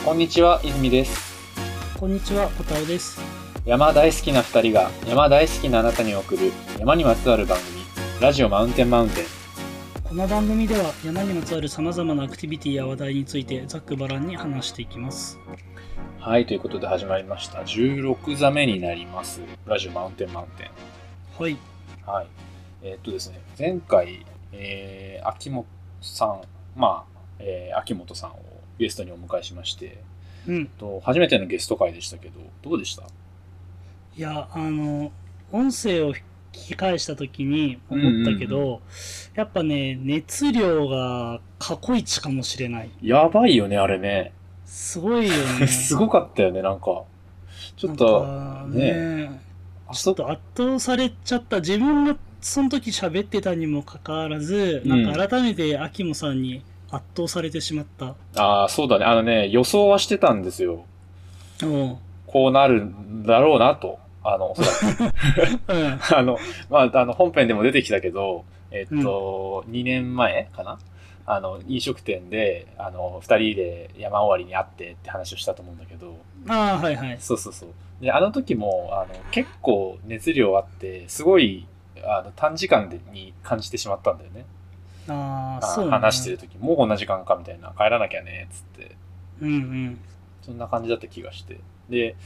こんにちは、泉です。 こんにちは、小太郎です。 山大好きな2人が山大好きなあなたに送る山にまつわる番組、ラジオマウンテンマウンテン。 この番組では山にまつわる様々なアクティビティや話題についてざっくばらんに話していきます。 はい、ということで始まりました。16座目になります。ラジオマウンテンマウンテン。 はい。 はい。ですね、前回、秋元さん、秋元さんをゲストにお迎えしまして、初めてのゲスト会でしたけど、どうでした？ いや、音声を聞き返した時に思ったけど、やっぱね、熱量が過去一かもしれない。 やばいよね、あれね。 すごいよね。 すごかったよね、なんか。ちょっと、 ね、ちょっと圧倒されちゃった。自分がその時喋ってたにもかかわらず、なんか改めて秋元さんに圧倒されてしまった。 ああ、そうだね。予想はしてたんですよ。こうなるんだろうなと。おそらく。本編でも出てきたけど、2年前かな？飲食店で、二人で山終わりに会ってって話をしたと思うんだけど。 ああ、はいはい。 そう。で、あの時も、結構熱量あって、すごい、短時間に感じてしまったんだよね。そうね。話してる時、もうこんな時間かみたいな、帰らなきゃね、つって。そんな感じだった気がして。で、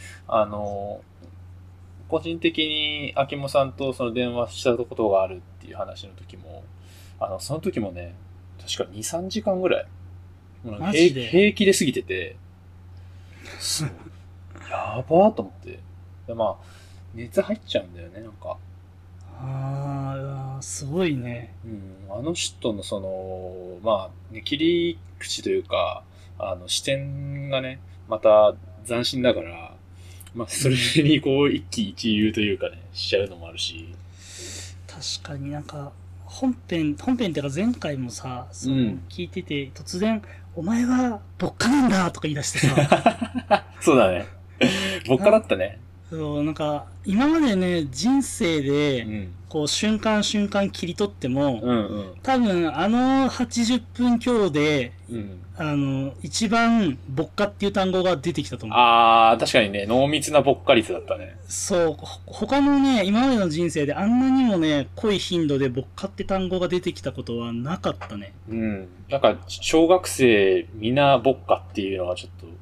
個人的に秋元さんとその電話したことがあるっていう話の時も、その時もね、確か2、3時間ぐらい、平気で過ぎてて、そう。やばーと思って。で、熱入っちゃうんだよね、なんか。 すごいね。 あの人の切り口というか、視点がね、また斬新だから、それにこう一喜一憂というかね、しちゃうのもあるし。 確かになんか、本編っていうか前回もさ、聞いてて突然、お前は牧歌なんだとか言い出してさ。 そうだね。牧歌だったね。 そう、なんか、今までね、人生で、こう、瞬間瞬間切り取っても、多分、80分強で、一番、牧歌っていう単語が出てきたと思う。 確かにね、濃密な牧歌率だったね。 そう、他のね、今までの人生であんなにもね、濃い頻度で牧歌って単語が出てきたことはなかったね。 なんか、小学生、みんな牧歌っていうのはちょっと、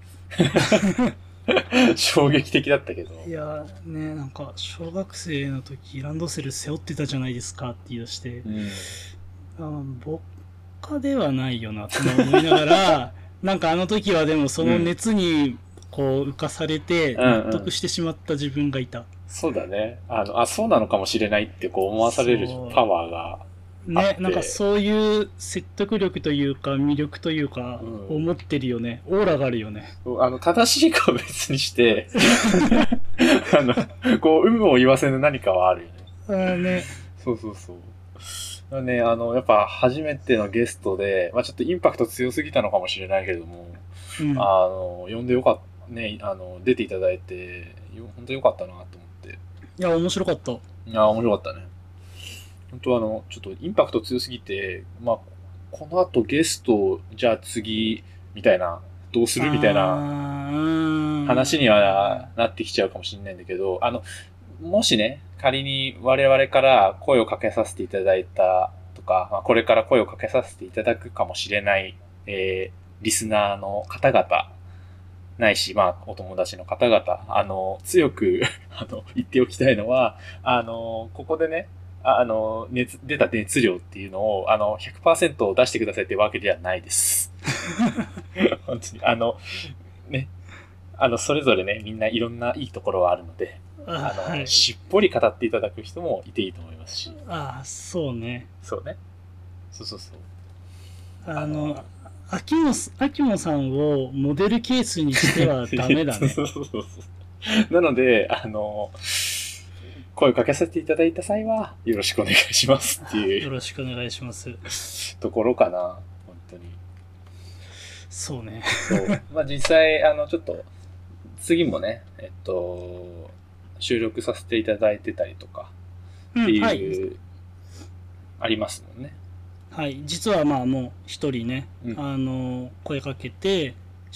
衝撃的だったけど。 いやね、なんか小学生の時ランドセル背負ってたじゃないですかって言い出して、牧歌ではないよなって思いながらなんかあの時はでもその熱にこう浮かされて納得してしまった自分がいた。 そうだね。そうなのかもしれないってこう思わされるパワーがね、なんかそういう説得力というか魅力というか思ってるよね。オーラがあるよね。 正しいかは別にしてこう有無を言わせぬ何かはあるよね。 ね。 そう。ね、やっぱ初めてのゲストで、ちょっとインパクト強すぎたのかもしれないけれども、呼んでよかったね、出ていただいて本当よかったなと思って。 いや面白かった。 いや面白かったね。本当ちょっとインパクト強すぎて、この後ゲスト、じゃあ次、みたいな、どうするみたいな話にはなってきちゃうかもしれないんだけど、もしね、仮に我々から声をかけさせていただいたとか、これから声をかけさせていただくかもしれない、リスナーの方々、ないし、お友達の方々、強く言っておきたいのは、ここでね、出た熱量っていうのを、100% 出してくださいってわけではないです。本当に、それぞれね、みんないろんないいところはあるので、しっぽり語っていただく人もいていいと思いますし。 そうね。 そうね。そう。 秋元さんをモデルケースにしてはダメだね。 そう。なので、声をかけさせていただいた際は、よろしくお願いしますっていう。 よろしくお願いします。 ところかな、本当に。 そうね。 そう。実際、ちょっと、次もね、収録させていただいてたりとか、っていう、ありますもんね。 はい。実はもう一人ね、声かけて、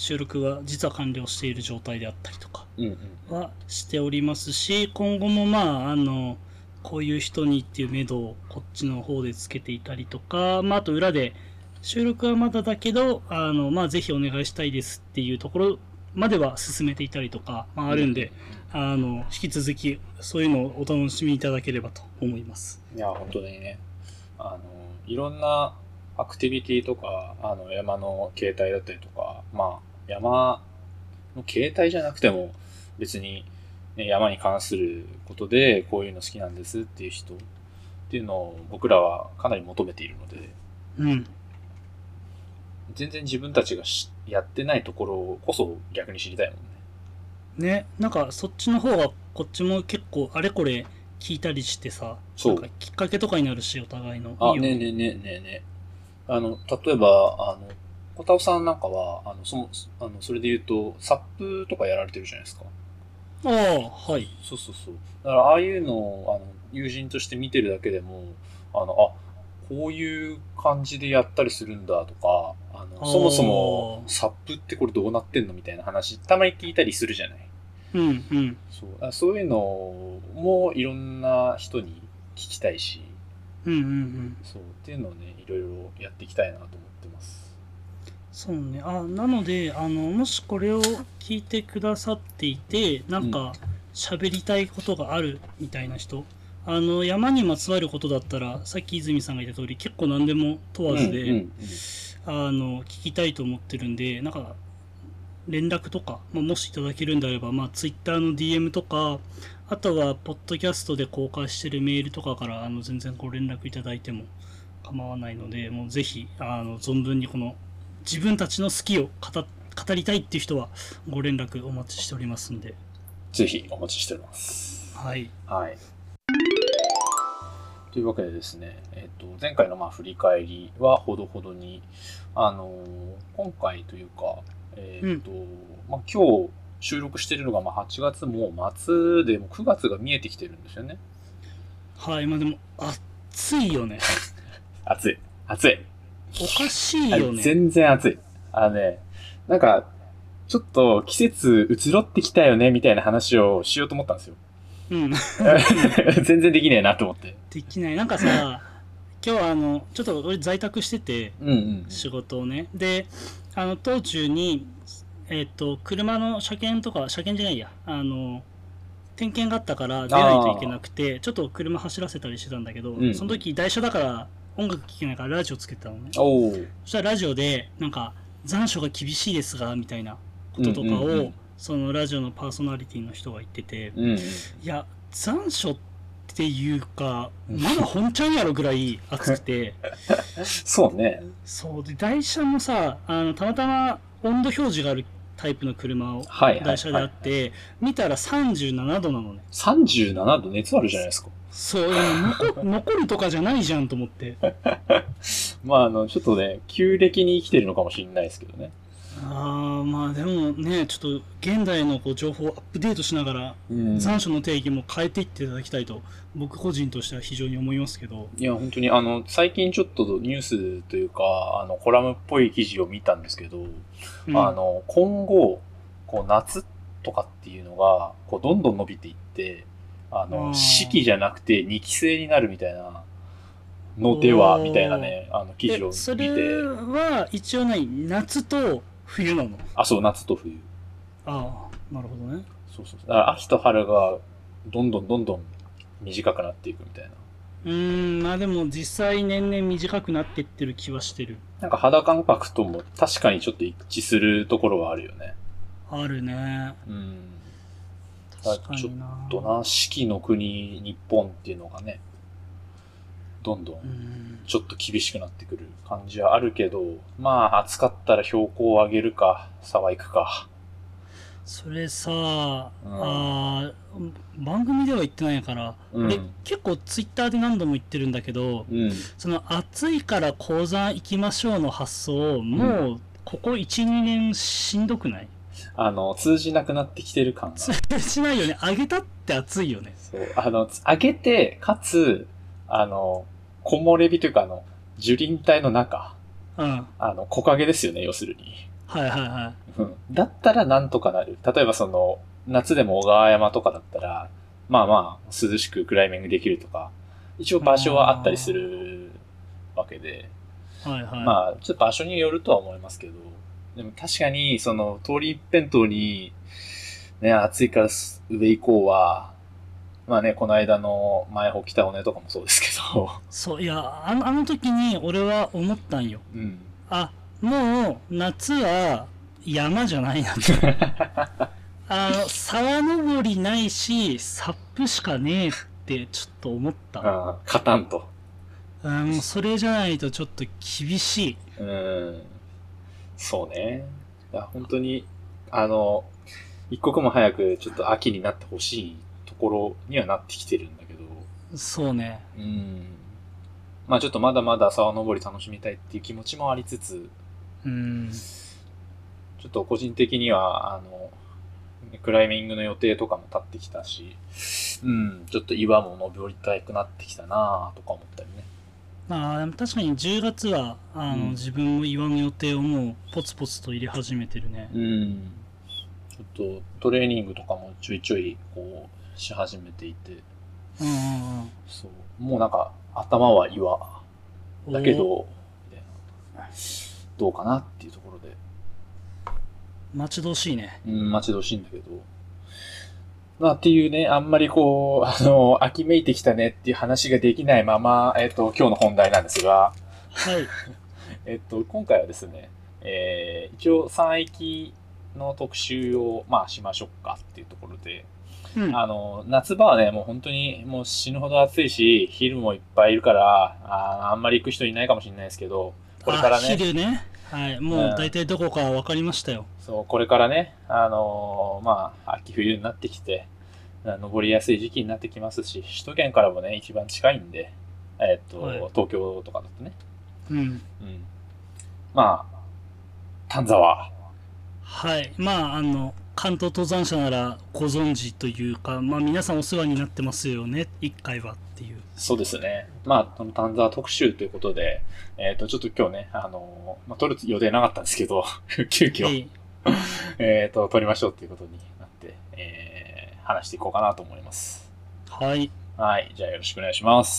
収録は実は完了している状態であったりとかうんうん。 はしておりますし、今後もこういう人にっていう目処をこっちの方でつけていたりとか、あと裏で収録はまだだけど、ぜひお願いしたいですっていうところまでは進めていたりとか、あるんで、引き続きそういうのをお楽しみいただければと思います。 いや、本当にね、いろんなアクティビティとか、山の形態だったりとか、山の形態じゃなくても、別に、ね、山に関することで、こういうの好きなんですっていう人っていうのを僕らはかなり求めているので、 うん。 全然自分たちがやってないところこそ逆に知りたいもんね。 ね、なんかそっちの方がこっちも結構あれこれ聞いたりしてさ、 そうなんかきっかけとかになるし、お互いの。 あ、 いいよねえねえねえねえねえ。例えば、小田尾さんなんかは、それで言うと、サップとかやられてるじゃないですか。 ああ、はい。 そうそうそう。だから、ああいうのを、友人として見てるだけでも、こういう感じでやったりするんだとか、そもそも、サップってこれどうなってんのみたいな話、たまに聞いたりするじゃない。 うんうん。 そういうのも、いろんな人に聞きたいし、 うんうんうん。 そうっていうのをね、いろいろやっていきたいなと思ってます。 そうね。なので、もしこれを聞いてくださっていて、なんか、喋りたいことがあるみたいな人、山にまつわることだったら、さっき泉さんが言った通り、結構何でも問わずで、聞きたいと思ってるんで、なんか、連絡とか、もしいただけるんであれば、Twitter の DM とか、あとは、ポッドキャストで公開してるメールとかから、全然ご連絡いただいても構わないので、もうぜひ、存分にこの、自分たちの好きを語りたいっていう人は、ご連絡お待ちしておりますんで。 ぜひお待ちしております。 はい。 はい。というわけでですね、前回の振り返りはほどほどに、今回というか、今日収録しているのが8月もう末でも9月が見えてきてるんですよね。 はい、でも、暑いよね。 暑い。 おかしいよね。 全然暑い。なんか、ちょっと季節移ろってきたよねみたいな話をしようと思ったんですよ。 うん。 全然できねえなと思って。 できない。なんかさ、今日ちょっと俺在宅してて、仕事をね。で、道中に、車の車検じゃないや、点検があったから出ないといけなくて、ちょっと車走らせたりしてたんだけど、その時台車だから音楽聴けないからラジオつけてたのね。そしたらラジオで、なんか、残暑が厳しいですが、みたいなこととかを、そのラジオのパーソナリティの人が言ってて、いや、残暑っていうか、まだ本ちゃんやろぐらい暑くて。 そうね。 そうで、台車もさ、たまたま温度表示があるタイプの車を台車であって、見たら37度なのね。 37度熱あるじゃないですか。 そう、残るとかじゃないじゃんと思って。 ちょっとね、旧暦に生きてるのかもしれないですけどね。 でもね、ちょっと現代の情報をアップデートしながら、残暑の定義も変えていっていただきたいと、僕個人としては非常に思いますけど。 いや、本当に最近ちょっとニュースというか、コラムっぽい記事を見たんですけど、今後、夏とかっていうのが、どんどん伸びていって、四季じゃなくて二季制になるみたいなのでは、みたいなね、記事を見て。 それは一応夏と冬なの？ そう、夏と冬。 なるほどね。 そう。だから秋と春がどんどん短くなっていくみたいな。 でも実際年々短くなっていってる気はしてる。 なんか肌感覚とも確かにちょっと一致するところはあるよね。 あるね。 確かにちょっとな、四季の国、日本っていうのがね、どんどんちょっと厳しくなってくる感じはあるけど、暑かったら標高を上げるか、沢行くか。 それさ、番組では言ってないから、俺結構ツイッターで何度も言ってるんだけど、その暑いから高山行きましょうの発想、もうここ 1,2 年しんどくない？ 通じなくなってきてる感が。 通じないよね。上げたって暑いよね。 そう。上げて、かつ、木漏れ日というか、樹林帯の中。木陰ですよね、要するに。 はいはいはだったらなんとかなる。例えばその、夏でも小川山とかだったら、まあまあ、涼しくクライミングできるとか、一応い。 場所はあったりするわけで、 はいはい。 まあ、ちょっと場所によるとは思いますけど、でも確かに、その、通り一辺倒に、ね、暑いから上行こうは、まあね、この間の前穂北尾根とかもそうですけど、 そう、いや、あの時に俺は思ったんよ。 うん。 あ、もう夏は山じゃないなと。沢登りないし、サップしかねえってちょっと思った。 ああ、勝たんと。 もうそれじゃないとちょっと厳しい。 うん。そうね。いや、本当に、一刻も早くちょっと秋になってほしいところにはなってきてるんだけど、 そうね。 うん。まあちょっとまだまだ沢登り楽しみたいっていう気持ちもありつつ、 うん。 ちょっと個人的には、クライミングの予定とかも立ってきたし、うん、ちょっと岩も登りたくなってきたなとか思ったりね。 まあ、確かに10月は、自分も岩の予定をもうポツポツと入れ始めてるね。 うん。ちょっとトレーニングとかもちょいちょいこうし始めていて、 うんうんうん。 そう。もうなんか頭は岩だけど、みたいなどうかなっていうところで、 待ち遠しいね。 うん、待ち遠しいんだけど、まあっていうね、あんまりこう、秋めいてきたねっていう話ができないまま、今日の本題なんですが、 はい。 今回はですね、一応3域の特集を、まあ、しましょうかっていうところで、 うん。 夏場はね、もう本当にもう死ぬほど暑いし、昼もいっぱいいるから、あんまり行く人いないかもしれないですけど、これからね、 昼ね。はい。 うん、 もう大体どこか分かりましたよ。 そう、これからね、まあ、秋冬になってきて、登りやすい時期になってきますし、首都圏からもね、一番近いんで、 はい。 東京とかだとね、 うん。 うん。まあ、丹沢。 はい。まあ、関東登山者ならご存知というか、まあ皆さんお世話になってますよね。一回はっていう。 そうですね。まあ、その丹沢特集ということで、ちょっと今日ね、まあ、撮る予定なかったんですけど、急遽、 はい。 撮りましょうっていうことになって、話していこうかなと思います。 はい。 はい。じゃあよろしくお願いします。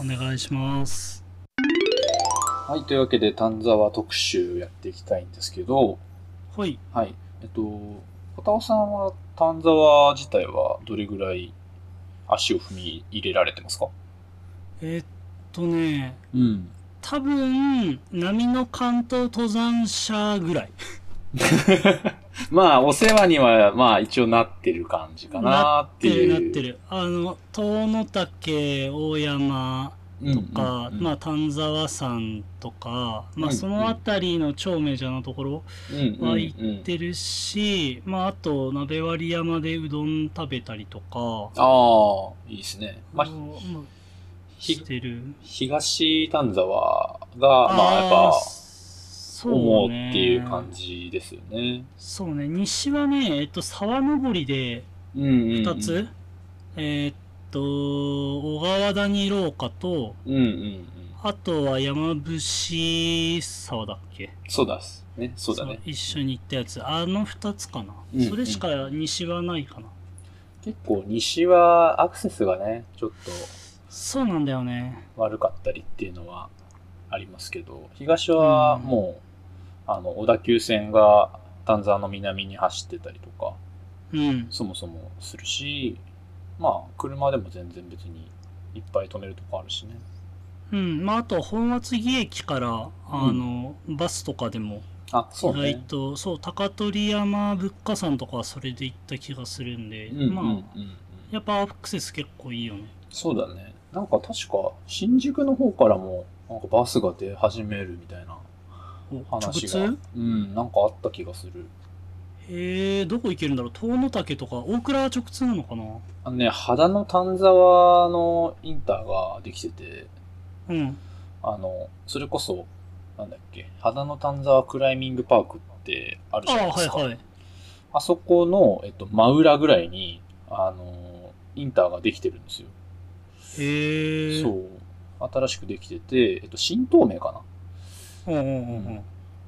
お願いします。 はい。というわけで、丹沢特集やっていきたいんですけど、 はい。 はい。片尾さんは丹沢自体はどれぐらい足を踏み入れられてますか？ えーっね、 うん。 多分、波の関東登山者ぐらい。 まあ、お世話には、まあ、一応なってる感じかなっなっててる、なっいう。 てる。遠野岳、大山うんとか、 うんまあ、丹沢山とか、 うん。 まあ、そのあたりの超メジャーなところうんうんは行っうん。 てるし、まあ、あと、鍋割山でうどん食べたりとか、 ああ、いいですね。まあ、 まあ、しひ、 てる。 東丹沢が、まあ、やっああ、 ぱ、 そう思うっていうね。 感じですよね。 そうね。西はね、沢登りでうんうん 2つ、えーっ小川谷廊下と、 うん。うんうんうん。 あとは山伏沢だっけ？ そうだっすね。そうだそう、 ね。 一緒に行ったやつ。あの2つかな。 うんうんそれしか西はないかな。 結構西はアクセスがね、ちょっとそうなんだよね。 悪かったりっていうのはありますけど、東うん。 はもう、小田急線が丹沢の南に走ってたりとか、 うん。 そもそもするし、まあ、車でも全然別にいっぱい止めるとこあるしね。 うん。まあ、あと、本厚木駅から、 うん。 バスとかでも、 あ、 意外そうね。 と、そう、高取山仏花山とかはそれで行った気がするんで、 うんうんうんうまあ、 ん。 やっぱアクセス結構いいよね。 そうだね。なんか確か、新宿の方からも、なんかバスが出始めるみたいなお、直話が、 通？ うん、なんかあった気がする。 どこ行けるんだろう？遠野岳とか、大倉は直通なのかな？ あのね、秦の丹沢のインターができてて、 うん。 それこそ、なんだっけ、秦の丹沢クライミングパークってあるああ、 じゃないですか。 はいはい。 あそこの、真裏ぐらいに、インターができてるんですよ。 へえ。 そう。新しくできてて、新東名かな。 うんうんうんうん。 うん。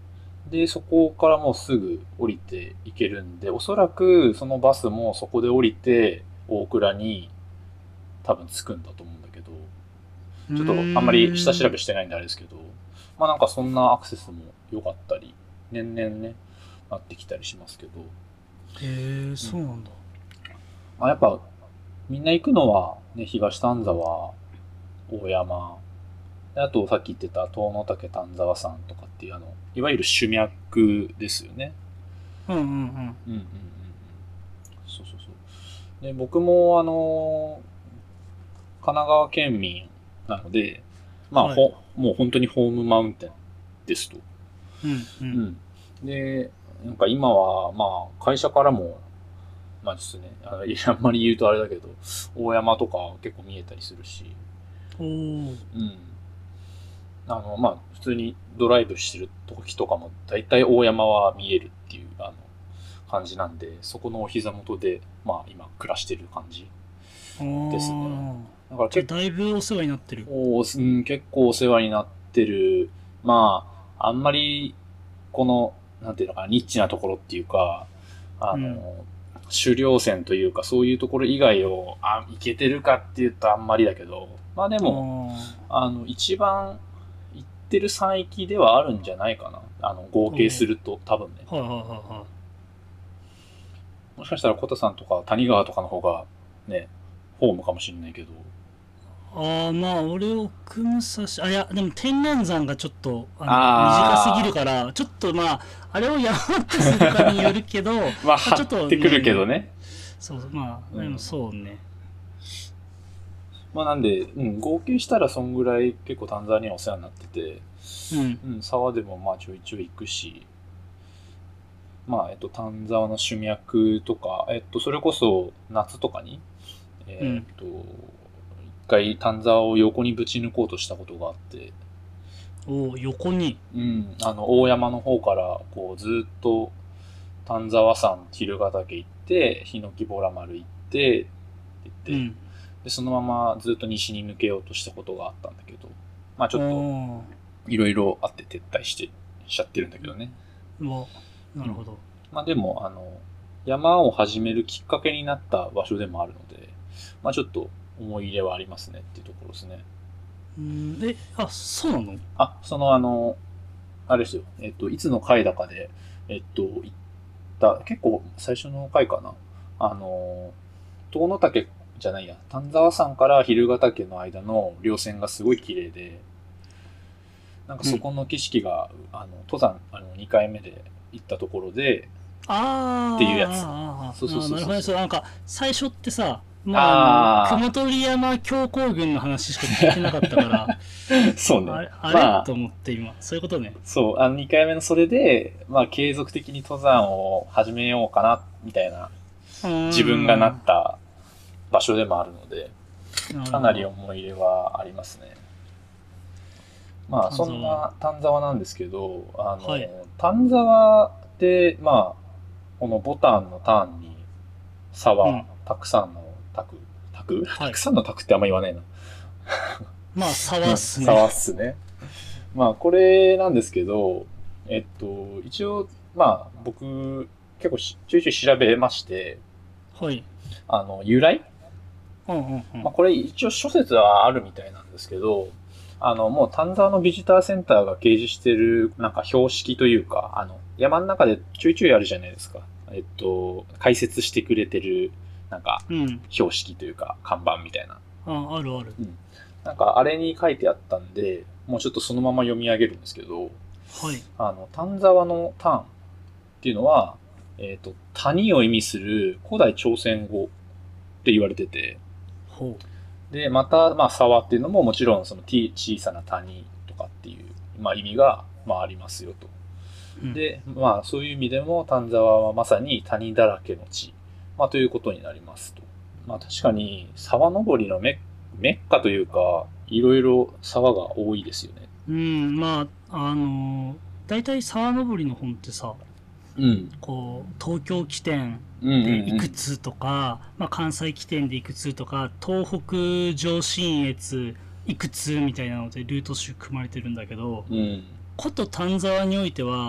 で、そこからもうすぐ降りていけるんで、おそらくそのバスもそこで降りて、大倉に多分着くんだと思うんだけど、ちょっとあんまり下調べしてないんであれですけど、まあなんかそんなアクセスも良かったり、年々ね、なってきたりしますけど。 へえ、そうなんだ。 まあやっぱ、みんな行くのは、ね、東丹沢、大山、あとさっき言ってた遠野岳丹沢山とかっていういわゆる主脈ですよね。 うんうんうん。 うんうんうんうん。そうそうそう。で、僕も神奈川県民なので、まあ、 はい、 もう本当にホームマウンテンですと。 うんううんん。で、なんか今は、まあ、会社からも、まあですね、あんまり言うとあれだけど、大山とか結構見えたりするし、 おお。 うん。まあ、普通にドライブしてる時とかも、だいたい大山は見えるっていう、感じなんで、そこのお膝元で、まあ、今、暮らしてる感じですね。 ああ。 だからじゃあだいぶお世話になってる。 結構お世話になってる。まあ、あんまり、この、なんていうのかな、ニッチなところっていうか、 うん。 狩猟船というか、そういうところ以外を、いけてるかっていうとあんまりだけど、まあであも、 あ。 一番行ってる山域ではあるんじゃないかな。合計すると、多分ね。 はいはいはいはい。 もしかしたら、コタさんとか谷川とかの方が、ね、ホームかもしれないけど。 ああ、まあ、俺、奥武蔵、あ、いや、でも天覧山がちょっと、短すぎるあから、ちょっとまあ、あれを山ってするかによるけど、ままあ、 あ、 張ちょっとってくるけどね、 ね。 そう、まあ、でもうん。 そうね。 まあなんで、合計したらそんぐらい結構丹沢にはお世話になってて、 うん、 沢でもまあちょいちょい行くし、まあ、丹沢の主脈とか、それこそ夏とかに、 うん。 一回丹沢を横にぶち抜こうとしたことがあって、 お横に。 大山の方から、こう、ずっと、丹沢山、蛭ヶ岳行って、ヒノキボラ丸行って、って言って、 うん。 で、そのままずっと西に抜けようとしたことがあったんだけど、まあちょっと、 あいろいろあって撤退しちゃってるんだけどね。 あ、なうん。 るほど。 まあでも、山を始めるきっかけになった場所でもあるので、まあちょっと思い入れはありますねっていうところですね。 うん、そうなの？ あれですよ。いつの回だかで、行った、結構最初の回かな。遠野岳じゃないや、丹沢山から蛭ヶ岳の間の稜線がすごい綺麗で、なんかうん。 そこの景色が、登山、2回目で行ったところで、っていうやつ。そうそうなるほどね。 そうそうそう。 そう、なんか、最初ってさ、まあ、 あ雲取山強行軍の話しか聞いてなかったから、 ー、そうね。 あれまあ、 と思って今。そういうことね。 そう、2回目のそれで、まあ、継続的に登山を始めようかな、みたいな、 うー自分がなん。 った場所でもあるので、かなりなるほど。 思い入れはありますね。まあ、そん丹沢。 な丹沢なんですけど、 はい。 丹沢って、まあ、このボタンのターンに沢、 うん。 たくさんのたはい。 くさんの卓ってあんま言わないな。 まあ、沢っすね。 沢っすね。まあ、これなんですけど、一応、まあ、僕、結構ちょいちょい調べまして、 はい。 由来、 うんうんうん。 まあ、これ一応諸説はあるみたいなんですけど、もう丹沢のビジターセンターが掲示してる、なんか標識というか、山の中でちょいちょいあるじゃないですか。解説してくれてる、なんか、 うん。 標識というか、看板みたいな。 あるある。 うん。なんか、あれに書いてあったんで、もうちょっとそのまま読み上げるんですけど、 はい。 丹沢の丹っていうのは、谷を意味する古代朝鮮語って言われてて、 ほで、また、まあ、沢っていうのももちろん、その、小さな谷とかっていう、まあ、意味が、まあ、ありますよと。 う。うん。 で、まあ、そういう意味でも、丹沢はまさに谷だらけの地、まあ、ということになりますと。まあ、確かに、沢登りのメッカというか、いろいろ沢が多いですよね。 うん、まあ、大体沢登りの本ってさ、 うん。 こう、東京起点うんうんでいうん。 くつとか、まあ、関西起点でいくつとか、東北上信越いくつみたいなのでルート集組まれてるんだけど、 うん。 こと丹沢においては、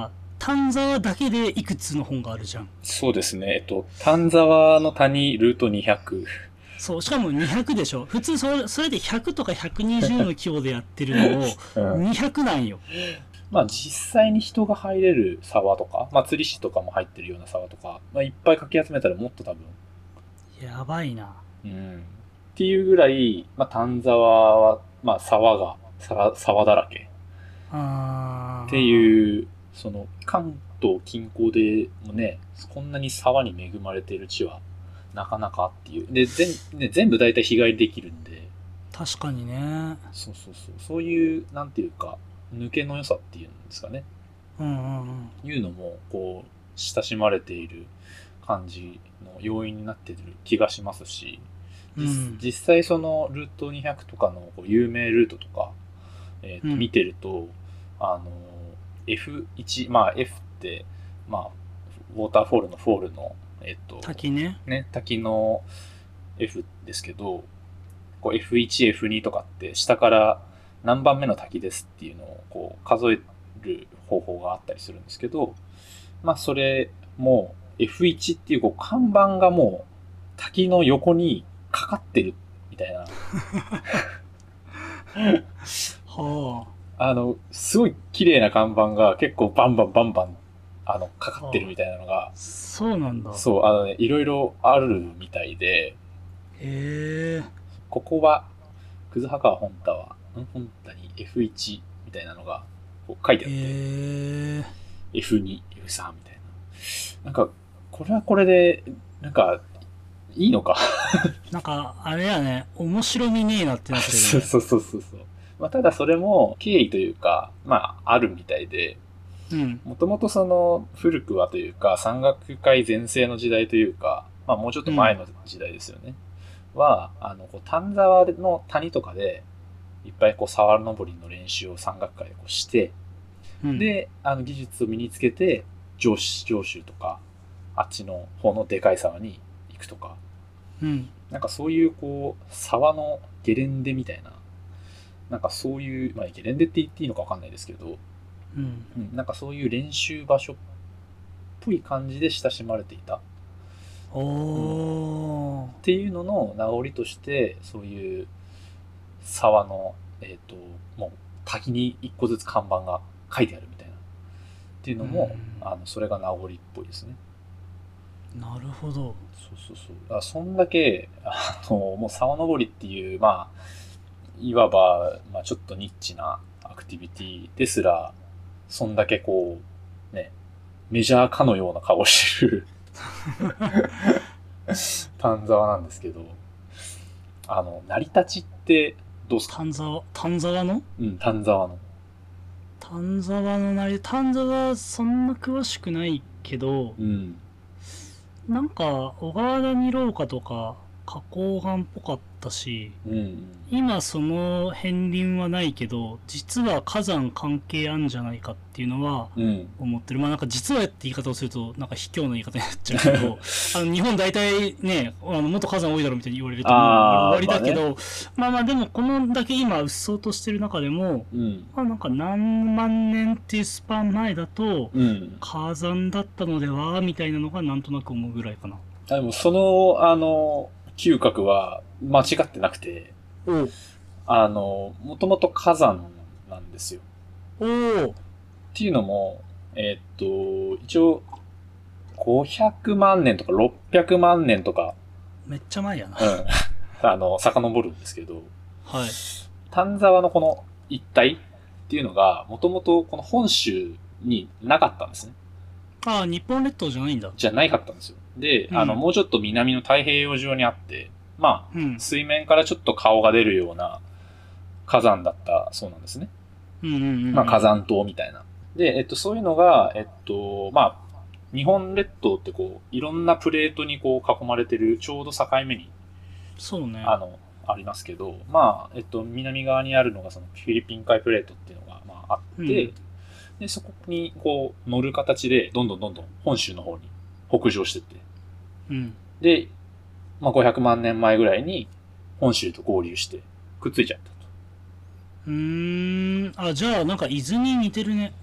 丹沢だけでいくつの本があるじゃん。 そうですね。丹沢の谷ルート200。 そう、しかも200でしょ。普通それで100とか120の規模でやってるのを200なんよ。 まあ実際に人が入れる沢とか、まあ釣り師とかも入ってるような沢とか、まあいっぱいかき集めたらもっと多分。 やばいな。 っていうぐらい、まあ丹沢は、まあ沢だらけ。っていう、その関東近郊でもね、こんなに沢に恵まれている地はなかなかっていう。で、全部大体日帰りできるんで。 確かにね。 そういう、なんていうか、抜けの良さっていうんですかね。いうのも、こう、親しまれている感じの要因になっている気がしますし、実際そのルート200とかのこう有名ルートとか、見てると、F1、まあ F って、まあ、ウォーターフォールのフォールの、 滝ね。 滝の F ですけど、こう F1、F2 とかって下から何番目の滝ですっていうのをこう数える方法があったりするんですけど、まあそれも F1 っていうこう看板がもう滝の横にかかってるみたいな。 はすごい綺麗な看板が結構バンバンかかってるみたいなのが。 そうなんだ。 そう、いろいろあるみたいで。ここは、葛葉川本谷 F1 みたいなのがこう書いてあって。F2、F3 みたいな。なんか、これはこれで、なんか、いいのか。 なんか、あれやね、面白みねえなってなってる、 ね。そう。まあ、ただそれも経緯というか、まあ、あるみたいで、もともとその古くはというか、山岳会全盛の時代というか、まあもうちょっと前の時代ですよね。は、こう丹沢の谷とかで、いっぱいこう沢登りの練習を山岳会でこうして、で、技術を身につけて、上州とか、あっちの方のでかい沢に行くとか、なんかそういうこう、沢のゲレンデみたいな、なんかそういう、まあゲレンデって言っていいのかわかんないですけど、なんかそういう練習場所っぽい感じで親しまれていた。っていうのの名残として、そういう沢の、もう滝に一個ずつ看板が書いてあるみたいな。っていうのも、それが名残っぽいですね。 なるほど。 そんだけ、もう沢登りっていう、まあ、いわば、まあちょっとニッチなアクティビティですら、そんだけこう、ね、メジャーかのような顔してる丹沢なんですけど、成り立ちってどうすか？ 丹沢の丹沢の。 丹沢そんな詳しくないけど、なんか小川谷廊下とか花崗岩っぽかったし、今その片鱗はないけど、実は火山関係あるんじゃないかっていうのは思ってる。まあなんか実はって言い方をするとなんか卑怯な言い方になっちゃうけど、日本大体ね、もっと火山多いだろみたいに言われると終わりだけど、まあでもこのだけ今うっそうとしてる中でも、まあなんか何万年っていうスパン前だと火山だったのではみたいなのがなんとなく思うぐらいかな。 でもその嗅覚は間違ってなくて、もともと火山なんですよ。っていうのも、一応、500万年とか600万年とか、 めっちゃ前やな。 遡るんですけど、 はい。 丹沢のこの一帯っていうのが、もともとこの本州になかったんですね。 日本列島じゃないんだ。 じゃなかったんですよ。で、もうちょっと南の太平洋上にあって、まあ、水面からちょっと顔が出るような火山だったそうなんですね。まあ、火山島みたいな。で、そういうのが、まあ、日本列島ってこう、いろんなプレートにこう囲まれてる、ちょうど境目に、 そうね。 ありますけど、まあ、南側にあるのがそのフィリピン海プレートっていうのが、まあ、あって、で、そこにこう、乗る形で、どんどん本州の方に北上してって。で、まあ、500万年前ぐらいに本州と合流してくっついちゃったと。 じゃあなんか伊豆に似てるね。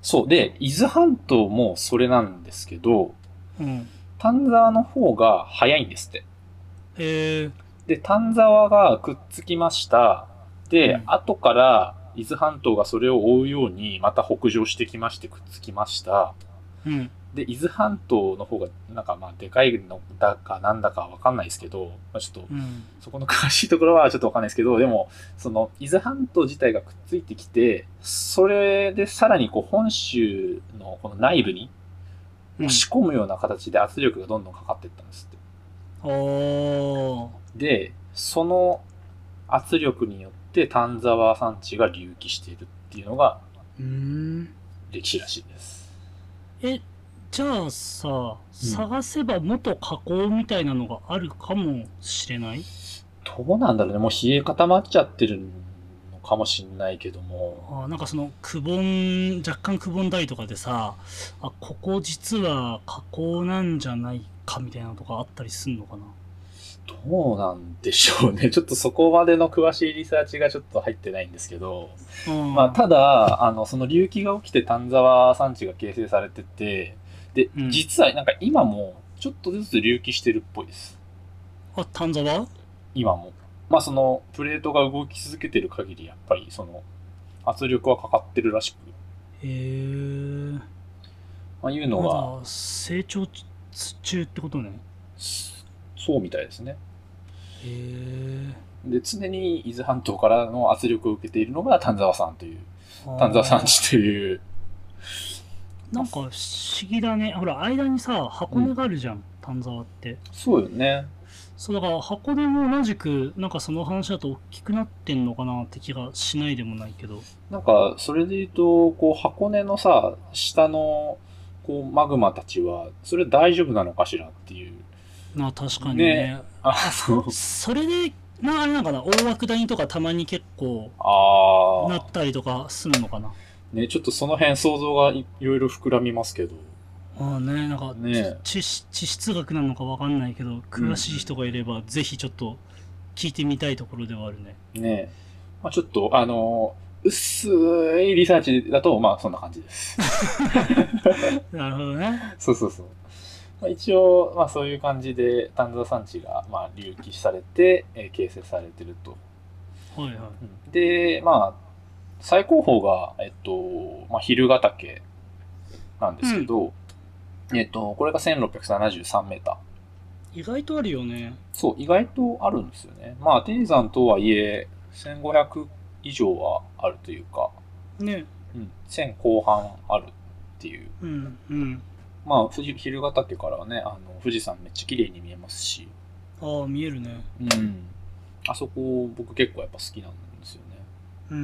そう。で、伊豆半島もそれなんですけど、 うん。 丹沢の方が早いんですって。 へえ。 で、丹沢がくっつきました。で、 うん。 後から伊豆半島がそれを追うようにまた北上してきましてくっつきました。 うん。 で、伊豆半島の方がなんかまあでかいのだかなんだかわかんないですけど、まあ、ちょっとうん。 そこの詳しいところはちょっとわかんないですけど、でも、その伊豆半島自体がくっついてきて、それでさらにこう本州のこの内部にうん。 押し込むような形で圧力がどんどんかかっていったんですって。 おー。 で、その圧力によって丹沢山地が隆起しているっていうのがうーん。 歴史らしいです。 え、じゃあさ、 うん。 探せば元火口みたいなのがあるかもしれない？ どうなんだろうね。もう冷え固まっちゃってるのかもしんないけども。 なんかそのくぼん、若干くぼんだりとかでさ、ここ実は火口なんじゃないかみたいなのとかあったりすんのかな？ どうなんでしょうね。ちょっとそこまでの詳しいリサーチがちょっと入ってないんですけど。まあ、ただ、その隆起が起きて丹沢山地が形成されてて、で、 うん。 実はなんか今もちょっとずつ隆起してるっぽいです。 丹沢？ 今も。まあそのプレートが動き続けてる限りやっぱりその圧力はかかってるらしく、 へえ。 まあ、いうのまが、 だ成長中ってことね。 そうみたいですね。 へえ。 で、常に伊豆半島からの圧力を受けているのが丹沢山という、 あ丹沢山あ。 地という、 なんか不思議だね。ほら、間にさ、箱根うん。 があるじゃん、丹沢って。 そうよね。 そう、だから箱根も同じく、なんかその話だと大きくなってんのかなって気がしないでもないけど。 なんか、それで言うと、こう、箱根のさ、下の、こう、マグマたちは、それ大丈夫なのかしらっていう。 確かにね。 ね。それで、あれなんかな、大涌谷とかたまに結構、なっあたりとかすんのかな。 ね、ちょっとその辺想像がいろいろ膨らみますけど。 なんか、 ね地質学なのかわかんないけど、 うん詳しい人がいれば、ぜひちょっと聞いてみたいところではあるね。 うん。ねまあちょっと、薄いリサーチだと、まあそんな感じです。 なるほどね。 そうそうそう。まあ、一応、まあそういう感じで、丹沢山地が、まあ隆起されて、形成されてると。 はいはい。 うんで、まあ、最高峰が、まあ、蛭ヶ岳なんでうん。 すけど、これが1673メーター。 意外とあるよね。 そう、意外とあるんですよね。まあ、低山とはいえ、1500以上はあるというか、 ね。 うん、1000後半あるっていう。 うん、うん。 まあ、蛭ヶ岳からはね、富士山めっちゃ綺麗に見えますし、 見えるね。 うん。あそこ、僕結構やっぱ好きなんですよね。 うん。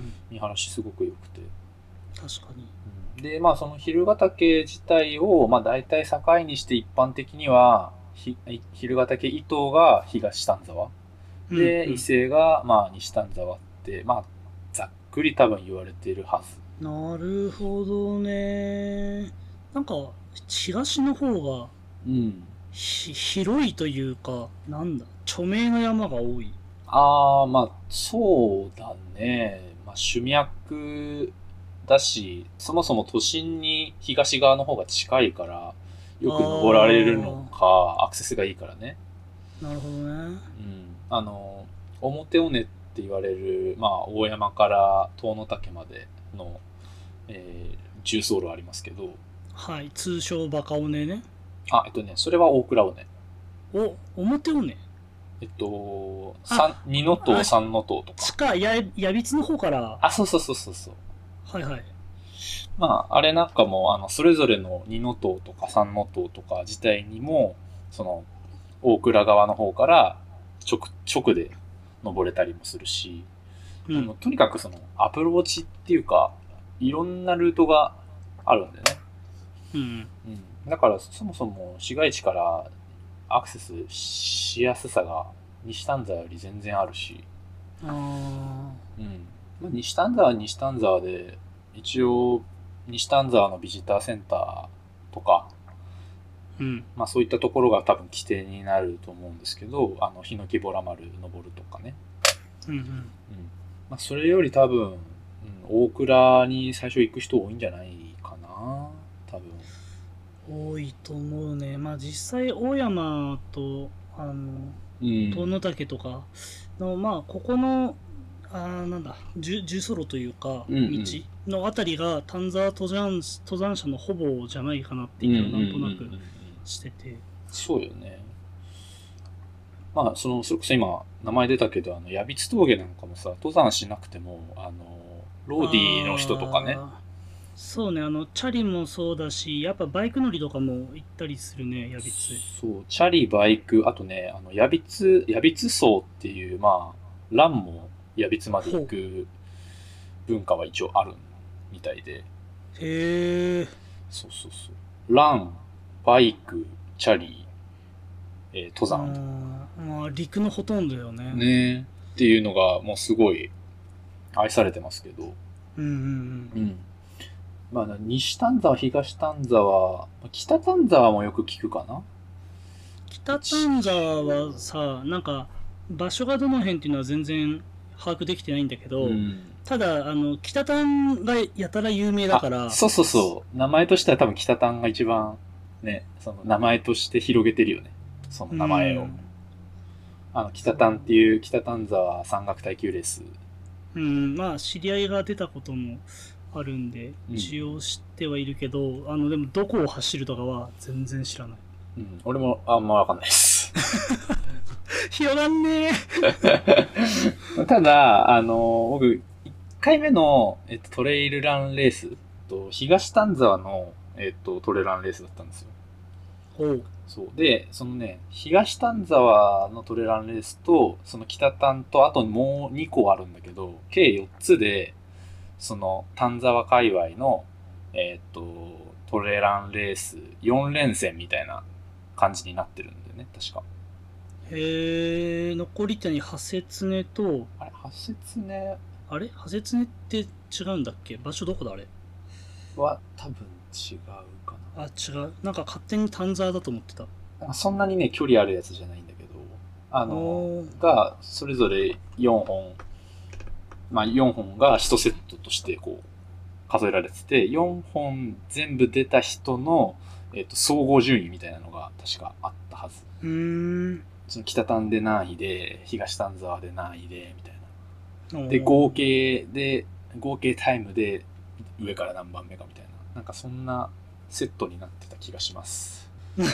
見晴らしすごく良くて。 確かに。 で、まあ、その蛭ヶ岳自体を、まあ、大体境にして一般的には、蛭ヶ岳伊東が東丹沢。 うん、うで、伊ん。 勢が、まあ、西丹沢って、まあ、ざっくり多分言われているはず。 なるほどね。なんか、東の方がうん。 広いというか、なんだ、著名な山が多い。 ああ、まあ、そうだね。まあ、主脈だし、そもそも都心に東側の方が近いから、よく登られるのあか、アクセスがいいからね。 なるほどね。 うん。表尾根って言われる、まあ、大山から遠野岳までの、重走路ありますけど、 はい、通称バカオネね。 それは大倉尾根。 表尾根。 二の塔、 あ、 三の塔とか。 やびつの方から、 あ、そうそうそうそうそう。 はいはい。 まあ、あれなんかも、それぞれの二の塔とか三の塔とか自体にも、その、大倉側の方から直で登れたりもするし、 うん。 とにかくその、アプローチっていうか、いろんなルートがあるんでね。 うん。 うん。だから、そもそも市街地からアクセスしやすさが西丹沢より全然あるし、 あうん。まあ、西丹沢は西丹沢で、一応、西丹沢のビジターセンターとか、 うん。 まあそういったところが多分起点になると思うんですけど、ヒノキボラ丸登るとかね。 うんうん。 うん。まあそれより多分、うん、大倉に最初行く人多いんじゃない多分。 多いと思うね。まあ実際大山と遠野岳とかの、まあここのなんだ重走路というか道のあたりが丹沢登山者のほぼじゃないかなっていう気はなんとなくしてて。 そうよね。まあそれこそ今名前出たけど矢櫃峠なんかもさ、登山しなくてもローディーの人とかね。 そうね、チャリもそうだし、やっぱバイク乗りとかも行ったりするね、矢櫃。 そう、チャリ、バイク、あとね、矢櫃走っていう、まあ、ランも矢櫃まで行く文化は一応あるみたいで。 へえ。 そうそうそう。ラン、バイク、チャリ、登山。 まあ、陸のほとんどよね。 ねっていうのが、もうすごい愛されてますけど。 うんうんうん。 うん。まあ、西丹沢、東丹沢、北丹沢もよく聞くかな。 北丹沢はさ、なんか場所がどの辺っていうのは全然把握できてないんだけど、ただ北丹がやたら有名だから。 そうそうそう。名前としては多分北丹が一番ね、その名前として広げてるよね。その名前を。北丹っていう北丹沢山岳耐久レース。 まあ知り合いが出たこともあるんで一応知ってはいるけど、でもどこを走るとかは全然知らない。 俺もあんま分かんないです広がんねえただ僕1回目の、トレイルランレースと東丹沢の、トレランレースだったんですよ。そうで、そのね、東丹沢のトレランレースとその北丹とあともう2個あるんだけど、計4つでその丹沢界隈のトレランレース4連戦みたいな感じになってるんだよね、確か。 へえ。残り手にハセツネと、 あれ、ハセツネハセツネって違うんだっけ？場所どこだあれは多分違うかな。 違う。なんか勝手に丹沢だと思ってた。 なんかそんなにね、距離あるやつじゃないんだけど、が、それぞれ4本、まあ4本が1セットとしてこう、数えられてて、4本全部出た人の、総合順位みたいなのが確かあったはず。その北丹で何位で、東丹沢で何位で、みたいな。で、合計タイムで上から何番目かみたいな。なんかそんなセットになってた気がします。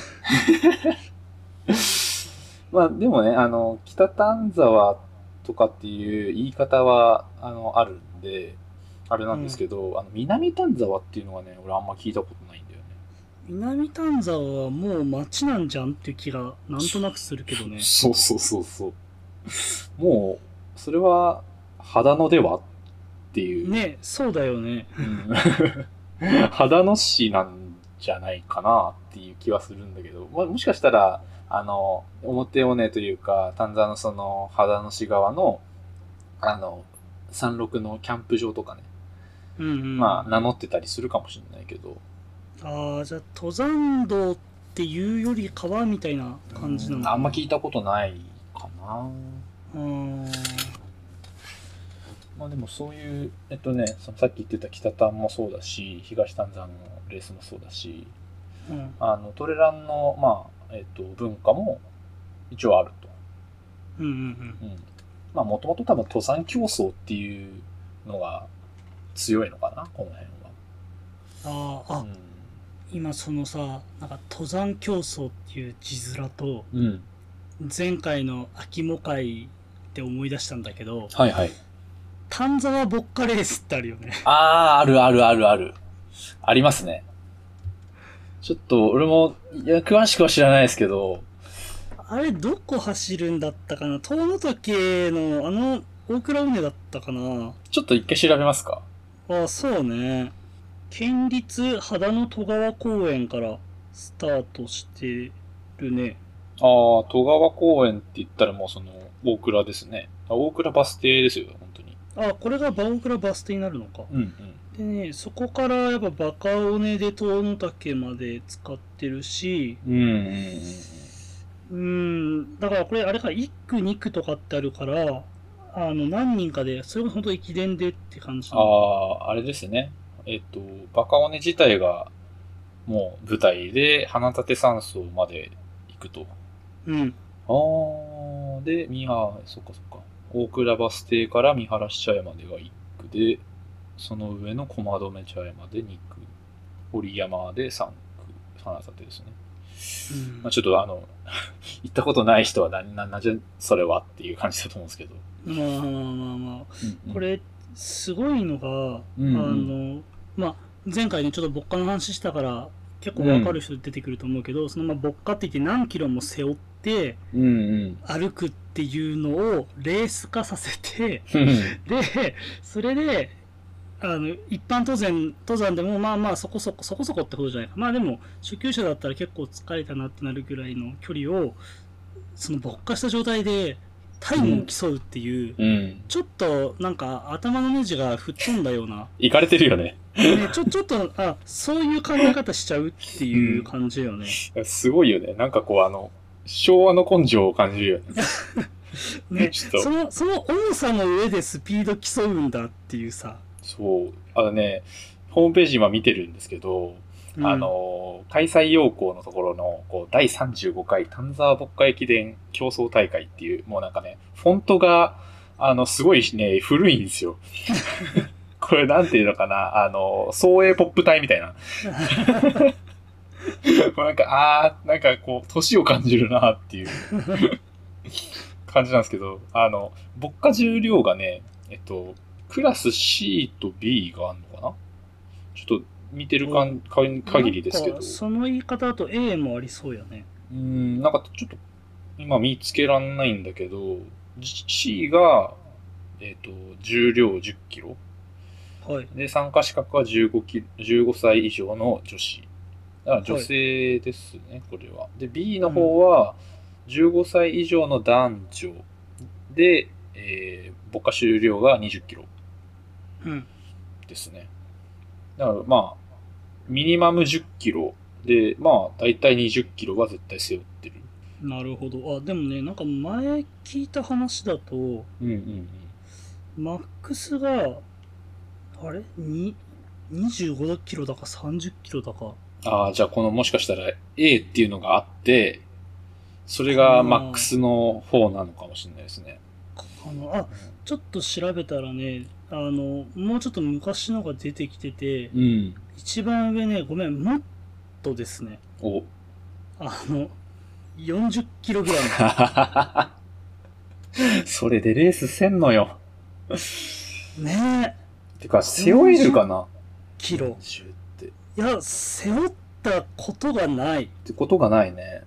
まあでもね、北丹沢とかっていう言い方は、あるんで、あれなんですけど、南丹沢っていうのはね、俺あんま聞いたことないんだよね。 南丹沢はもう町なんじゃんっていう気がなんとなくするけどね。 そうそうそうそう。もう、それは、秦野ではっていう。 ね、そうだよね。 秦野市なんじゃないかなっていう気はするんだけど、もしかしたら、表尾根というか、丹沢のその、秦野市側の、山麓のキャンプ場とかね。まあ、名乗ってたりするかもしれないけど。 じゃあ、登山道っていうより川みたいな感じなのかな。 あんま聞いたことないかな。まあでもそういう、そのさっき言ってた北丹もそうだし、東丹沢のレースもそうだし、トレランの、まあ、文化も一応あると。まあもともと多分登山競争っていうのが強いのかな、この辺は。 今そのさ、なんか登山競争っていう字面と、前回の秋も会って思い出したんだけど、丹沢ボッカレースってあるよね。 あるあるあるある。ありますね。ちょっと俺も詳しくは知らないですけど、 あれどこ走るんだったかな。遠野岳の大倉尾根だったかな。 ちょっと一回調べますか。 そうね。県立秦野戸川公園からスタートしてるね。 戸川公園って言ったらもうその大倉ですね。大倉バス停ですよ、本当に。 これが大倉バス停になるのか。でね、そこからやっぱバカ尾根で遠野岳まで使ってるし、だからこれあれか、1区2区とかってあるから、何人かで、それが本当駅伝でって感じ。 あれですね。バカ尾根自体がもう舞台で花立山荘まで行くと。 うん。 で、そっかそっか。大倉バス停から見晴茶屋までが1区で、その上の駒止茶屋まで2区、堀山で3区、花立ですね。 うん、 まあ、ちょっと行ったことない人はなんじゃそれはっていう感じだと思うんですけど。 まあ、うんうん、これ、すごいのが、まあ、前回ね、ちょっと牧歌の話したから、結構わかる人出てくると思うけど、その牧歌って言って何キロも背負って、歩くっていうのをレース化させて、で、それで、一般登山でもまあまあそこそこってことじゃないか。まあでも、初級者だったら結構疲れたなってなるぐらいの距離を、その牧歌した状態でタイムを競うっていう、ちょっとなんか頭のネジが吹っ飛んだような。 いかれてるよね。 ちょっと、そういう考え方しちゃうっていう感じよね。 すごいよね。なんかこう昭和の根性を感じるよね。 ね、その重さの上でスピード競うんだっていうさ。 そう。ホームページ今見てるんですけど、開催要項のところの、第35回丹沢牧歌駅伝競争大会っていう、もうなんかね、フォントが、すごいね、古いんですよ。これなんていうのかな、総営ポップ隊みたいな。なんか、なんかこう、年を感じるなっていう感じなんですけど、牧歌重量がね、クラス C と B があるのかな、ちょっと見てる限りですけど。 その言い方だと A もありそうやね。 なんかちょっと今見つけらんないんだけど、C が、重量10キロ。 はい。 で、参加資格は15歳以上の女子。だから女性ですね、はい、これは。で、B の方は15歳以上の男女で、牧歌重量が20キロ。ですね。だからまあ、ミニマム10キロで、まあ、だいたい20キロは絶対背負ってる。 なるほど。でもね、なんか前聞いた話だと、マックスが、25キロだか30キロだか。 じゃあこのもしかしたら A っていうのがあって、それがマックスの方なのかもしれないですね。 ちょっと調べたらね、もうちょっと昔のが出てきてて、一番上ね、ごめん、もっとですね。40キロぐらい。それでレースせんのよ。 ねえ。てか、背負えるかなキロ。いや、背負ったことがない。 ってことがないね。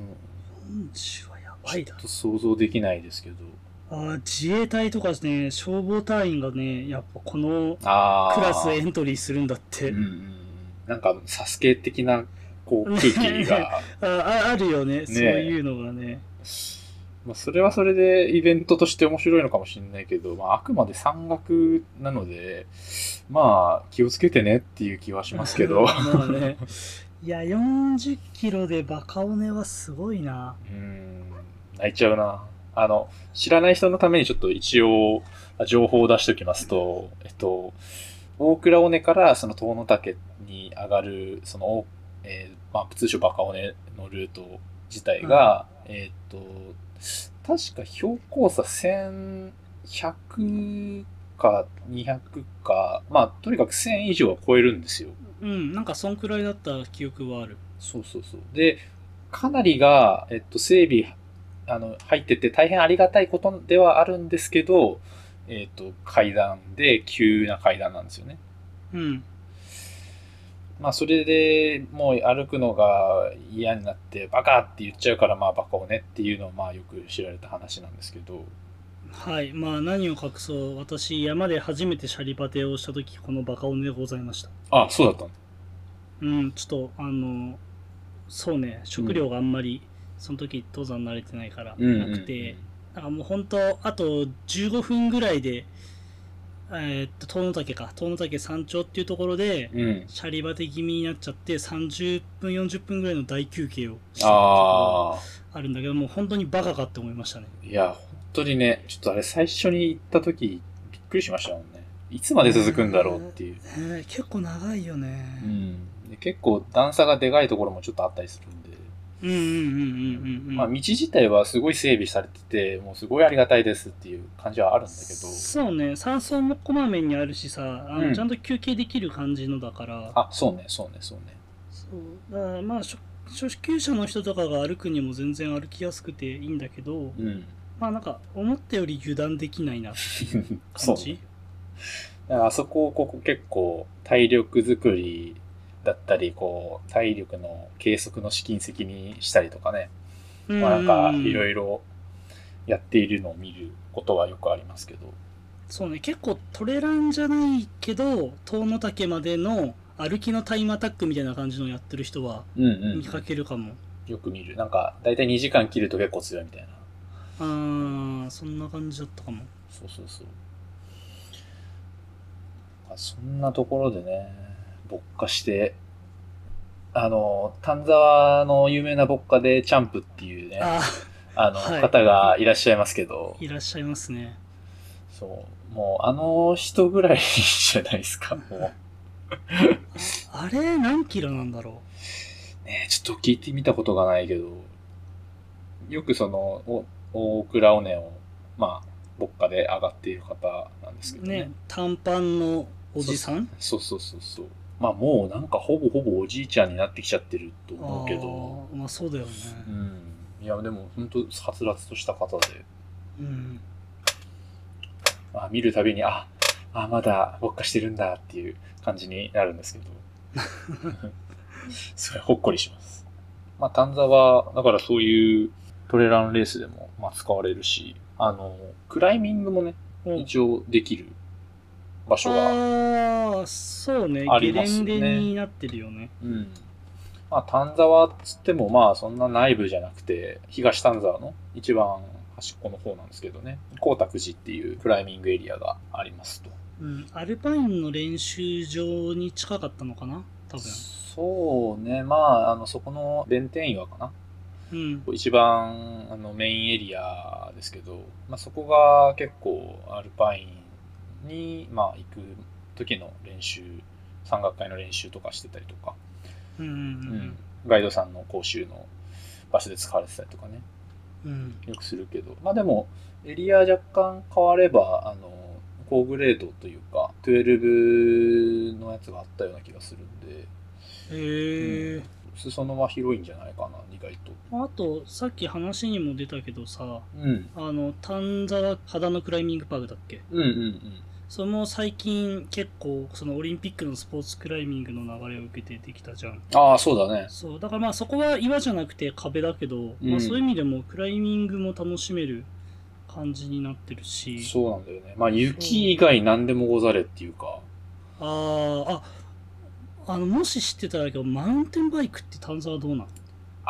40はやばいだ。 ちょっと想像できないですけど。 自衛隊とかね、消防隊員がね、やっぱこのクラスエントリーするんだって。 なんか、サスケ的な、こう、空気が。 あるよね、そういうのがね。 まあ、それはそれでイベントとして面白いのかもしれないけど、まあ、あくまで山岳なので、まあ、気をつけてねっていう気はしますけど。 まあね。いや、40キロでバカオネはすごいな。 泣いちゃうな。知らない人のためにちょっと一応情報を出しておきますと、大倉尾根からその遠野岳に上がる、その、まあ、通称バカ尾根のルート自体が、確か標高差1100か200か、まあ、とにかく1000以上は超えるんですよ。 なんかそんくらいだった記憶はある。 そう。で、かなりが、整備、入ってて大変ありがたいことではあるんですけど、階段で急な階段なんですよね。まあ、それでもう歩くのが嫌になってバカって言っちゃうから、まあバカをねっていうのはまあよく知られた話なんですけど。 はい。まあ何を隠そう、私山で初めてシャリバテをした時このバカオネでございました。 そうだったの？ちょっとそうね、食料があんまり、その時登山慣れてないからなくて、なんかもう本当あと15分ぐらいで遠野岳山頂っていうところで、シャリバテ気味になっちゃって30分40分ぐらいの大休憩をしたあるんだけど、もう本当にバカかって思いましたね。 いや本当にね、ちょっとあれ最初に行った時びっくりしましたもんね。いつまで続くんだろうっていう、 結構長いよね。 で結構段差がでかいところもちょっとあったりするんで、まあ道自体はすごい整備されてて、もうすごいありがたいですっていう感じはあるんだけど。 そうね、山荘もこまめにあるしさ、ちゃんと休憩できる感じのだから。 あ、そうね。そうだからまあ初級者の人とかが歩くにも全然歩きやすくていいんだけど、まあなんか思ったより油断できないなっていう感じ。 ね、だからあそこ結構体力作りだったり、こう体力の計測の試金石にしたりとかね、まあなんかいろいろやっているのを見ることはよくありますけど。 そうね、結構トレランじゃないけど遠野岳までの歩きのタイムアタックみたいな感じのやってる人は見かけるかも。 よく見る。なんかだいたい2時間切ると結構強いみたいな。 そんな感じだったかも。 そう。そんなところでね、牧歌して、丹沢の有名な牧歌でチャンプっていうね、方がいらっしゃいますけど。 いらっしゃいますね。 そう。もう人ぐらいじゃないですか、もう。 あれ、何キロなんだろう。ねえ、ちょっと聞いてみたことがないけど、よくその、大倉尾根を、まあ、牧歌で上がっている方なんですけどね。 短パンのおじさん？ そう。まあもうなんかほぼおじいちゃんになってきちゃってると思うけど。 まあそうだよね。 いやでも本当はつらつとした方で。まあ見るたびに、まだ牧歌してるんだっていう感じになるんですけど。すごいほっこりします。まあ丹沢、だからそういうトレランレースでもまあ使われるし、クライミングもね、一応できる場所がそうね、ゲレンデになってるよね。 まあ丹沢っつってもまあそんな内部じゃなくて、東丹沢の一番端っこの方なんですけどね、光沢寺っていうクライミングエリアがありますと。 アルパインの練習場に近かったのかな、多分。 そうね、まあそこの弁天岩かな。一番メインエリアですけど、まあ、そこが結構アルパインに、まあ、行く時の練習、山岳会の練習とかしてたりとか、ガイドさんの講習の場所で使われてたりとかね、よくするけど、まあでもエリア若干変われば高グレードというか12のやつがあったような気がするんで。裾野は広いんじゃないかな、意外と。 あと、さっき話にも出たけどさ、丹沢秦野クライミングパークだっけ？それも最近結構、そのオリンピックのスポーツクライミングの流れを受けてできたじゃん。 そうだね。 そう、だからまあそこは岩じゃなくて壁だけど、まあそういう意味でもクライミングも楽しめる感じになってるし。 そうなんだよね。まあ雪以外何でもござれっていうか。 もし知ってたらだけど、マウンテンバイクって丹沢どうなの？ わ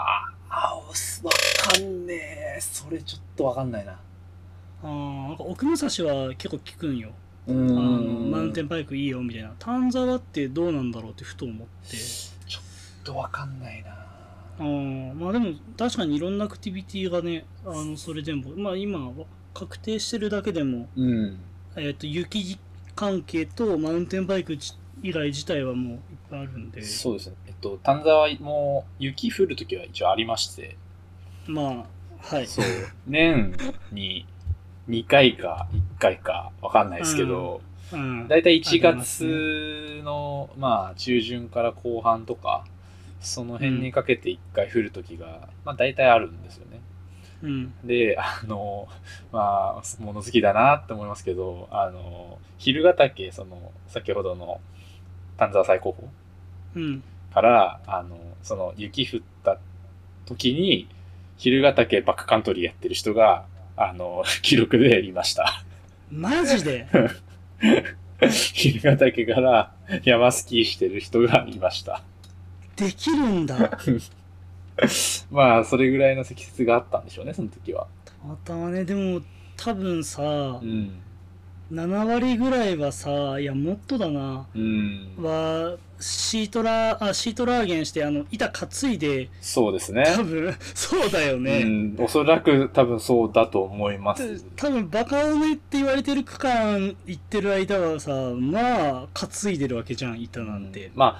かんねえ。それちょっとわかんないな。 なんか奥武蔵は結構聞くんよ。マウンテンバイクいいよみたいな。丹沢ってどうなんだろうってふと思って。 ちょっとわかんないな。 まあでも確かにいろんなアクティビティがね、それでも、まあ今確定してるだけでも、雪関係とマウンテンバイク以外自体はもういっぱいあるんで。 そうですね。丹沢も雪降るときは一応ありまして。 まあ、はい。 そう。年に2回か1回かわかんないですけど、だいたい1月の、まあ中旬から後半とか、その辺にかけて1回降るときが、まあ大体あるんですよね。で、まあ、物好きだなって思いますけど、蛭ヶ岳、先ほどの丹沢最高峰、から、その雪降った時に、蛭ヶ岳バックカントリーやってる人が、記録でいました。 マジで？ 蛭ヶ岳から山スキーしてる人がいました。 できるんだ。 まあ、それぐらいの積雪があったんでしょうね、その時は。 たまたまね、でも、多分さ、7割ぐらいはさ、いや、もっとだな、シートラーゲンして、板担いで、 そうですね。 多分、そうだよね。 おそらく多分そうだと思います。 多分、バカ埋めって言われてる区間行ってる間はさ、まあ、担いでるわけじゃん、板なんて。 まあ、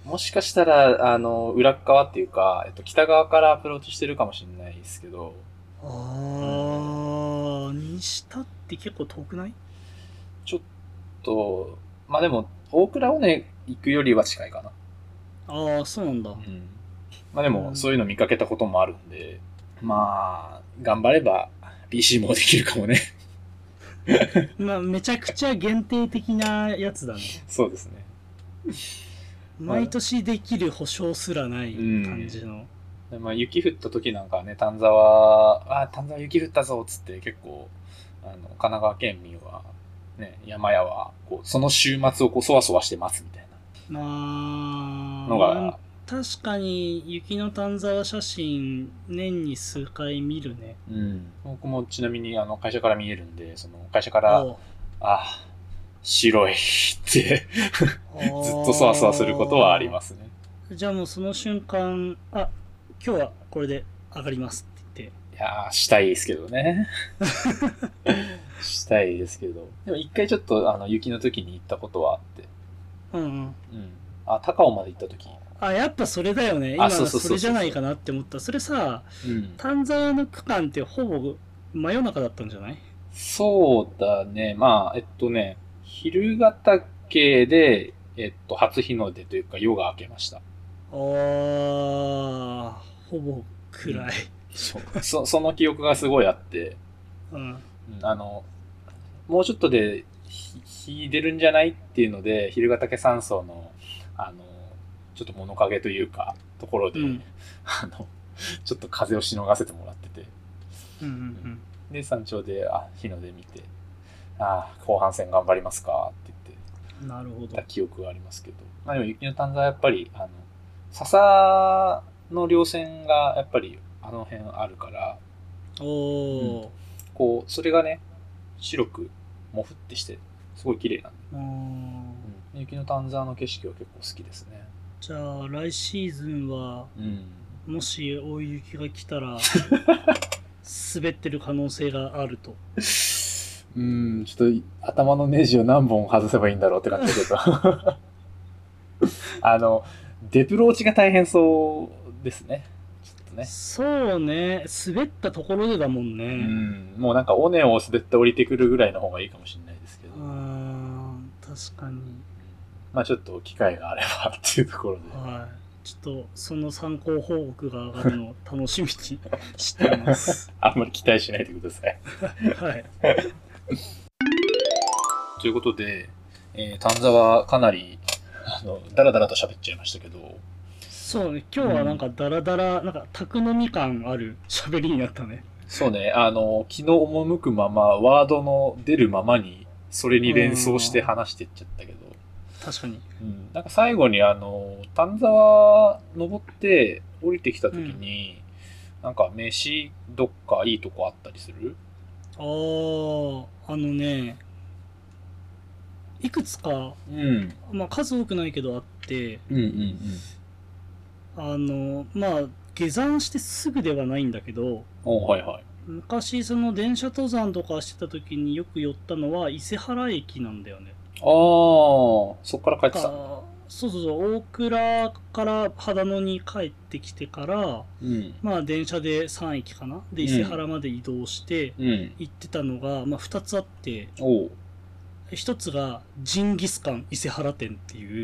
もしかしたら、裏っ側っていうか、北側からアプローチしてるかもしれないですけど。 ああ、にしたって結構遠くない？ ちょっと、まあでも、大倉をね、行くよりは近いかな。 ああ、そうなんだ。 まあでも、そういうの見かけたこともあるんで、まあ、頑張れば PC もできるかもね。 まあ、めちゃくちゃ限定的なやつだね。 そうですね。 毎年できる保証すらない感じの。 まあ、雪降った時なんかね、丹沢雪降ったぞっつって結構、神奈川県民は、ね、山屋は、こう、その週末をこう、そわそわしてますみたいな。のが、 確かに雪の丹沢写真年に数回見るね。 僕もちなみに会社から見えるんで、その会社から、白いってずっとそわそわすることはありますね。 じゃあもうその瞬間、今日はこれで上がりますって言って。 いやー、したいですけどね。したいですけど。でも一回ちょっと雪の時に行ったことはあって。高尾まで行った時。 やっぱそれだよね。今それじゃないかなって思った。それさ、丹沢の区間ってほぼ真夜中だったんじゃない？ そうだね。まあ、昼ヶ岳で、初日の出というか夜が明けました。 ほぼ暗い。 その記憶がすごいあって、もうちょっとで日出るんじゃないっていうので、昼ヶ岳山荘の、ちょっと物陰というか、ところで、ちょっと風をしのがせてもらってて、で、山頂で、日の出見て、後半戦頑張りますかって言って、 なるほど。 た記憶がありますけど、まあでも雪の丹沢はやっぱり、笹の稜線がやっぱりあの辺あるから、こう、それがね、白くもふってして、すごい綺麗なんで。雪の丹沢の景色は結構好きですね。 じゃあ、来シーズンは、もし大雪が来たら、滑ってる可能性があると。 ちょっと頭のネジを何本外せばいいんだろうって感じだけど。デプローチが大変そうですね。ちょっとね。 そうね。滑ったところでだもんね。 もうなんか尾根を滑って降りてくるぐらいの方がいいかもしれないですけど。 確かに。 まあちょっと機会があればっていうところで。 ちょっとその参考報告が上がるのを楽しみにしています。 あんまり期待しないでください。 はい。 ということで、丹沢かなりだらだらと喋っちゃいましたけど。 そうね、今日はなんかだらだら、なんか宅飲み感ある喋りになったね。 そうね、気の赴くまま、ワードの出るままに、それに連想して話してっちゃったけど。 確かに。 なんか最後に丹沢登って降りてきた時に、なんか飯どっかいいとこあったりする？ いくつか、まあ数多くないけどあって、まあ下山してすぐではないんだけど、昔その電車登山とかしてた時によく寄ったのは伊勢原駅なんだよね。 そっから帰ってた。 そう大倉から秦野に帰ってきてから、まあ電車で3駅かなで伊勢原まで移動して行ってたのが、まあ2つあって、一つがジンギスカン伊勢原店っていう。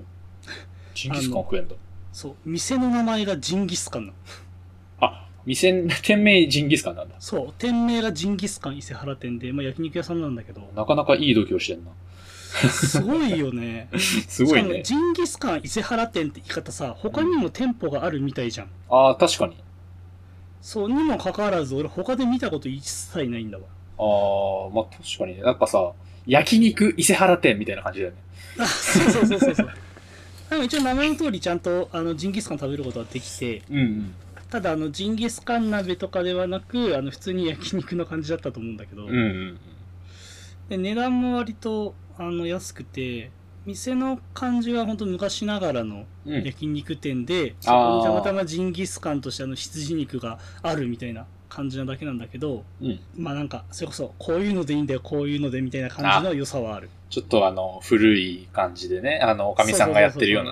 ジンギスカン食えんだ。 そう、店の名前がジンギスカンなの。 店名ジンギスカンなんだ。 そう、店名がジンギスカン伊勢原店で、まあ焼肉屋さんなんだけど。 なかなかいい度胸してんな。 すごいよね。 すごいね。しかもジンギスカン伊勢原店って言い方さ、他にも店舗があるみたいじゃん。 確かに。 そうにもかかわらず、俺他で見たこと一切ないんだわ。 まあ確かにね。なんかさ、焼肉伊勢原店みたいな感じだよね。 そう。でも一応名前の通りちゃんとジンギスカン食べることはできて、ただジンギスカン鍋とかではなく普通に焼肉の感じだったと思うんだけど、で値段も割と安くて、店の感じは本当昔ながらの焼肉店で、そこにたまたまジンギスカンとして羊肉があるみたいな感じなだけなんだけど、まあなんかそれこそこういうのでいいんだよ、こういうのでみたいな感じの良さはある。 ちょっと古い感じでね、おかみさんがやってるようなね。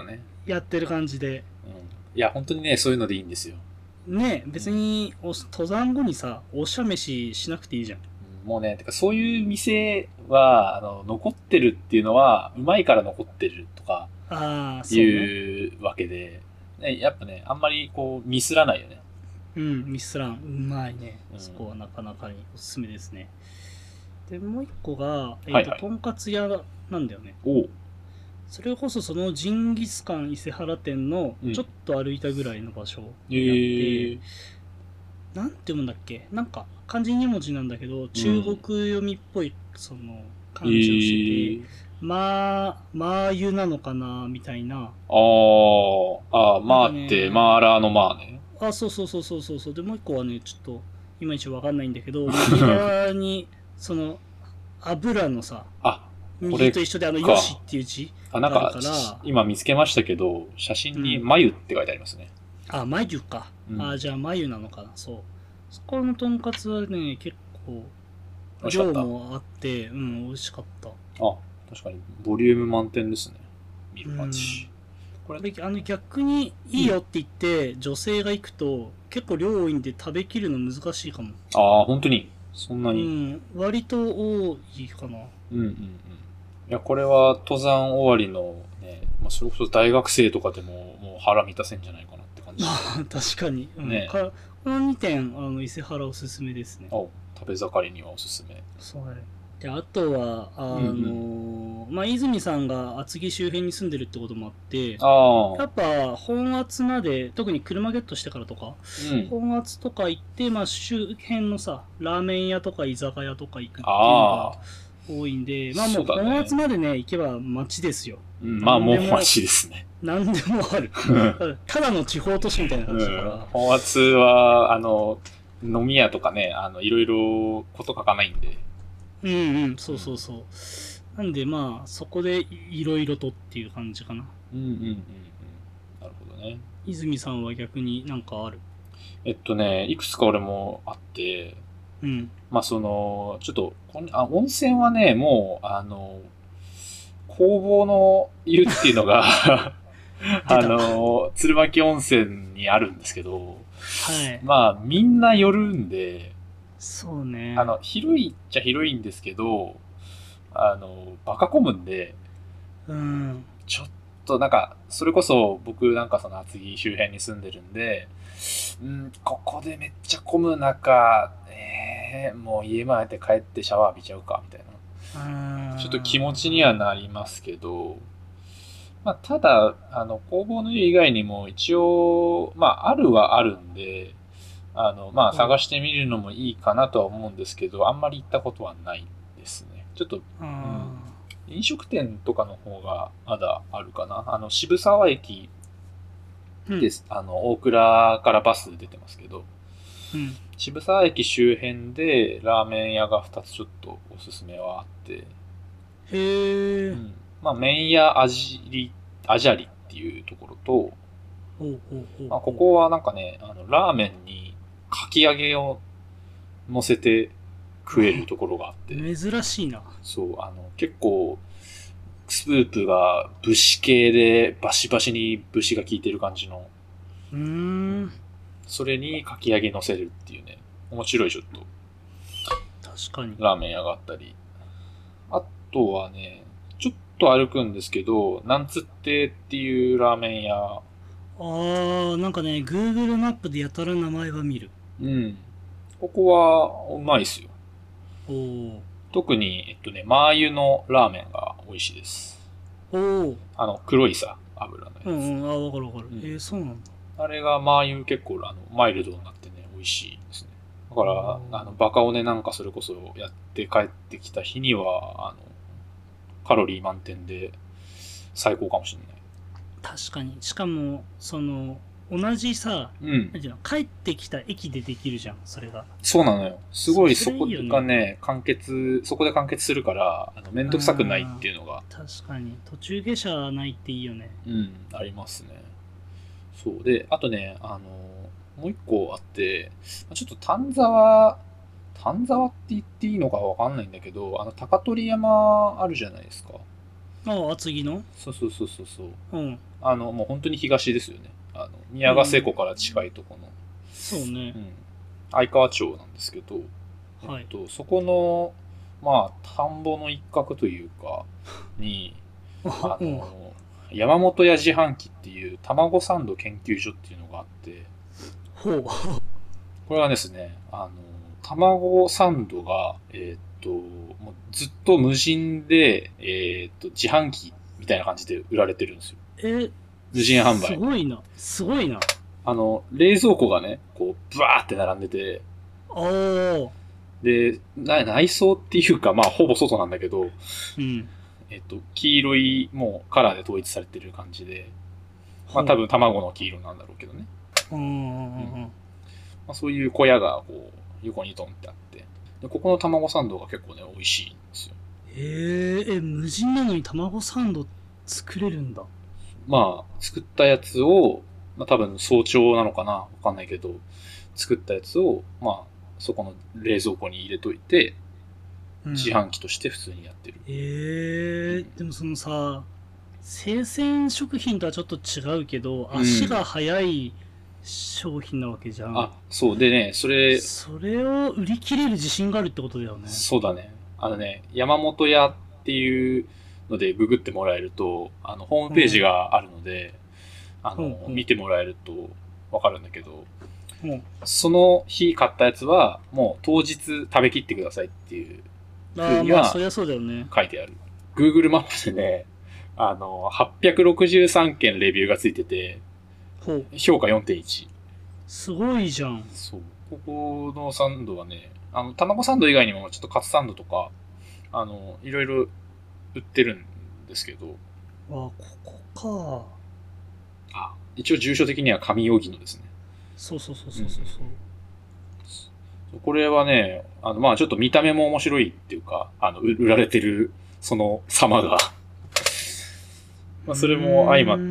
やってる感じで。 いや、本当にね、そういうのでいいんですよ。 ね、別に登山後にさ、おしゃ飯しなくていいじゃん。 もうね、てかそういう店は、残ってるっていうのは、うまいから残ってるとか、 ああ、 いそうね。 うわけで、ね、やっぱね、あんまりこう、ミスらないよね。 うん、ミスラン、うまいね。 うんそこはなかなかにおすすめですね。で、もう一個が、 はいはいとんかつ屋なんだよね。 おう。 それこそそのジンギスカン伊勢原店のうんちょっと歩いたぐらいの場所えにあって、 ー、 なんて読むんだっけ、なんか漢字2文字なんだけど、中国読みっぽいその漢字をしてて、まあゆなのかなみたいな。 まあって、マーラーのマーね。 あ、そうそうそうそうそう。で、もう一個はね、ちょっと、いまいちわかんないんだけど、右側に、その、油のさ、 あ、 右と一緒で、よしっていう字なんがあかるから、 今見つけましたけど、写真に眉って書いてありますね。 あ、眉か。じゃあ眉なのかな。そう。そこのとんかつはね、結構、量もあって、美味しかった。 確かに、ボリューム満点ですね。見る感じ。 これ逆にいいよって言って、女性が行くと、結構量多いんで食べきるの難しいかも。 本当にそんなに、 割と多いかな。 いや、これは登山終わりのね、それこそ大学生とかでももう腹満たせんじゃないかなって感じ。 確かに。ね、この2点、伊勢原おすすめですね。 食べ盛りにはおすすめ。 そうで、あとは、泉さんが厚木周辺に住んでるってこともあって、やっぱ本厚まで、特に車ゲットしてからとか、本厚とか行って、周辺のさ、ラーメン屋とか居酒屋とか行くっていうのが多いんで、もう本厚までね、行けば街ですよ。 もう街ですね。 何でもある。ただの地方都市みたいな話だから。 本厚は、飲み屋とかね、いろいろこと書かないんで。 そうそうそう。なんでそこでいろいろとっていう感じかな。 なるほどね。 泉さんは逆になんかある？ いくつか俺もあって、 ちょっと、温泉はね、もう、工房の湯っていうのが鶴巻温泉にあるんですけど、みんな寄るんで、 そうね。 広いっちゃ広いんですけど、バカ混むんで、ちょっとなんか、それこそ僕なんかその厚木周辺に住んでるんで、ここでめっちゃ混む中、もう家まで帰ってシャワー浴びちゃうか、みたいな。ちょっと気持ちにはなりますけど、ただ、工房の湯以外にも一応、あるはあるんで、探してみるのもいいかなとは思うんですけど、あんまり行ったことはないですね。ちょっと、飲食店とかの方がまだあるかな。渋沢駅です。大倉からバス出てますけど、渋沢駅周辺でラーメン屋が2つちょっとおすすめはあって、麺屋あじゃりっていうところと、ここはなんかね、ラーメンにかき揚げを乗せて食えるところがあって。 珍しいな。 そう、結構、スープが武士系でバシバシに武士が効いてる感じの。それにかき揚げ乗せるっていうね、面白いちょっと。 確かに。 ラーメン屋があったり。あとはね、ちょっと歩くんですけど、なんつってっていうラーメン屋。 なんかね、Google マップでやたら名前は見る。 ここはうまいっすよ。特に、マー油のラーメンが美味しいです。黒いさ、油のやつ。 わかるわかる。そうなんだ。 あれがマー油結構マイルドになってね、美味しいですね。だから、バカオネなんかそれこそやって帰ってきた日には、カロリー満点で最高かもしれない。 確かに。しかも、同じさ、なんていうの、帰ってきた駅でできるじゃん、それが。 そうなのよ。すごいそこがね、そこで完結するから、めんどくさくないっていうのが。 確かに。途中下車ないっていいよね。 ありますね。そうで、あとね、もう一個あって、ちょっと丹沢って言っていいのかわかんないんだけど、高取山あるじゃないですか。 ああ、厚木の。 そうそうそうそうそう。 うん。 もう本当に東ですよね。宮ヶ瀬湖から近いところの、 そうね。 うん、相川町なんですけど、 はい。 そこの、まあ、田んぼの一角というか、に、 うん。 山本屋自販機っていう卵サンド研究所っていうのがあって、 ほう。 これはですね、卵サンドが、もうずっと無人で、自販機みたいな感じで売られてるんですよ。 え、 無人販す売。 ごいな。すごいな。 冷蔵庫がね、こう、ブワーって並んでて、 おー。 で、内装っていうか、まあ、ほぼ外なんだけど、 うん。 黄色い、もうカラーで統一されてる感じで、まあ多ほう。 分卵の黄色なんだろうけどね。 うんうんうん。 うんうん。 まあ、そういう小屋がこう、横にドンってあって、で、ここの卵サンドが結構ね、美味しいんですよ。 無人なのに卵サンド作れるんだ。 まあ、作ったやつを、まあ多分早朝なのかなわかんないけど、作ったやつを、まあ、そこの冷蔵庫に入れといて、 うん。 自販機として普通にやってる。 でもそのさ、生鮮食品とはちょっと違うけど、 うん、 足が速い商品なわけじゃん。 あ、そう。でね、 それを売り切れる自信があるってことだよね。 そうだね。山本屋っていうのでググってもらえると、ホームページがあるので、見てもらえるとわかるんだけど、その日買ったやつは、もう当日食べきってくださいっていう風にはそりゃそうだよね。 書いてある。Google マップでね、863件レビューがついてて、評価4.1。 すごいじゃん。 そう。ここのサンドはね、卵サンド以外にもちょっとカツサンドとか、いろいろ売ってるんですけど、 ここ一応住所的には上荻野ですね。 そう。 これはね、まあちょっと見た目も面白いっていうか、売られてる、その様がまあそれも相まって、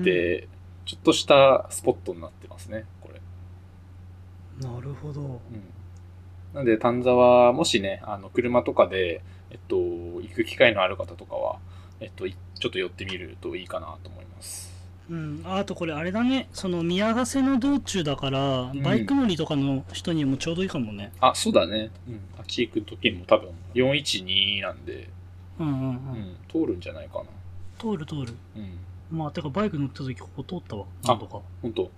ちょっとしたスポットになってますね、これ。 なるほど。 なんで、丹沢、もしね、車とかで、行く機会のある方とかは、ちょっと寄ってみるといいかなと思います。 あとこれあれだね、その宮ヶ瀬の道中だから、バイク乗りとかの人にもちょうどいいかもね。 あ、そうだね。あっち行く時も多分412なんで、通るんじゃないかな。 通る。まあ、てかバイク乗った時ここ通ったわ。 なんとか。ほんと。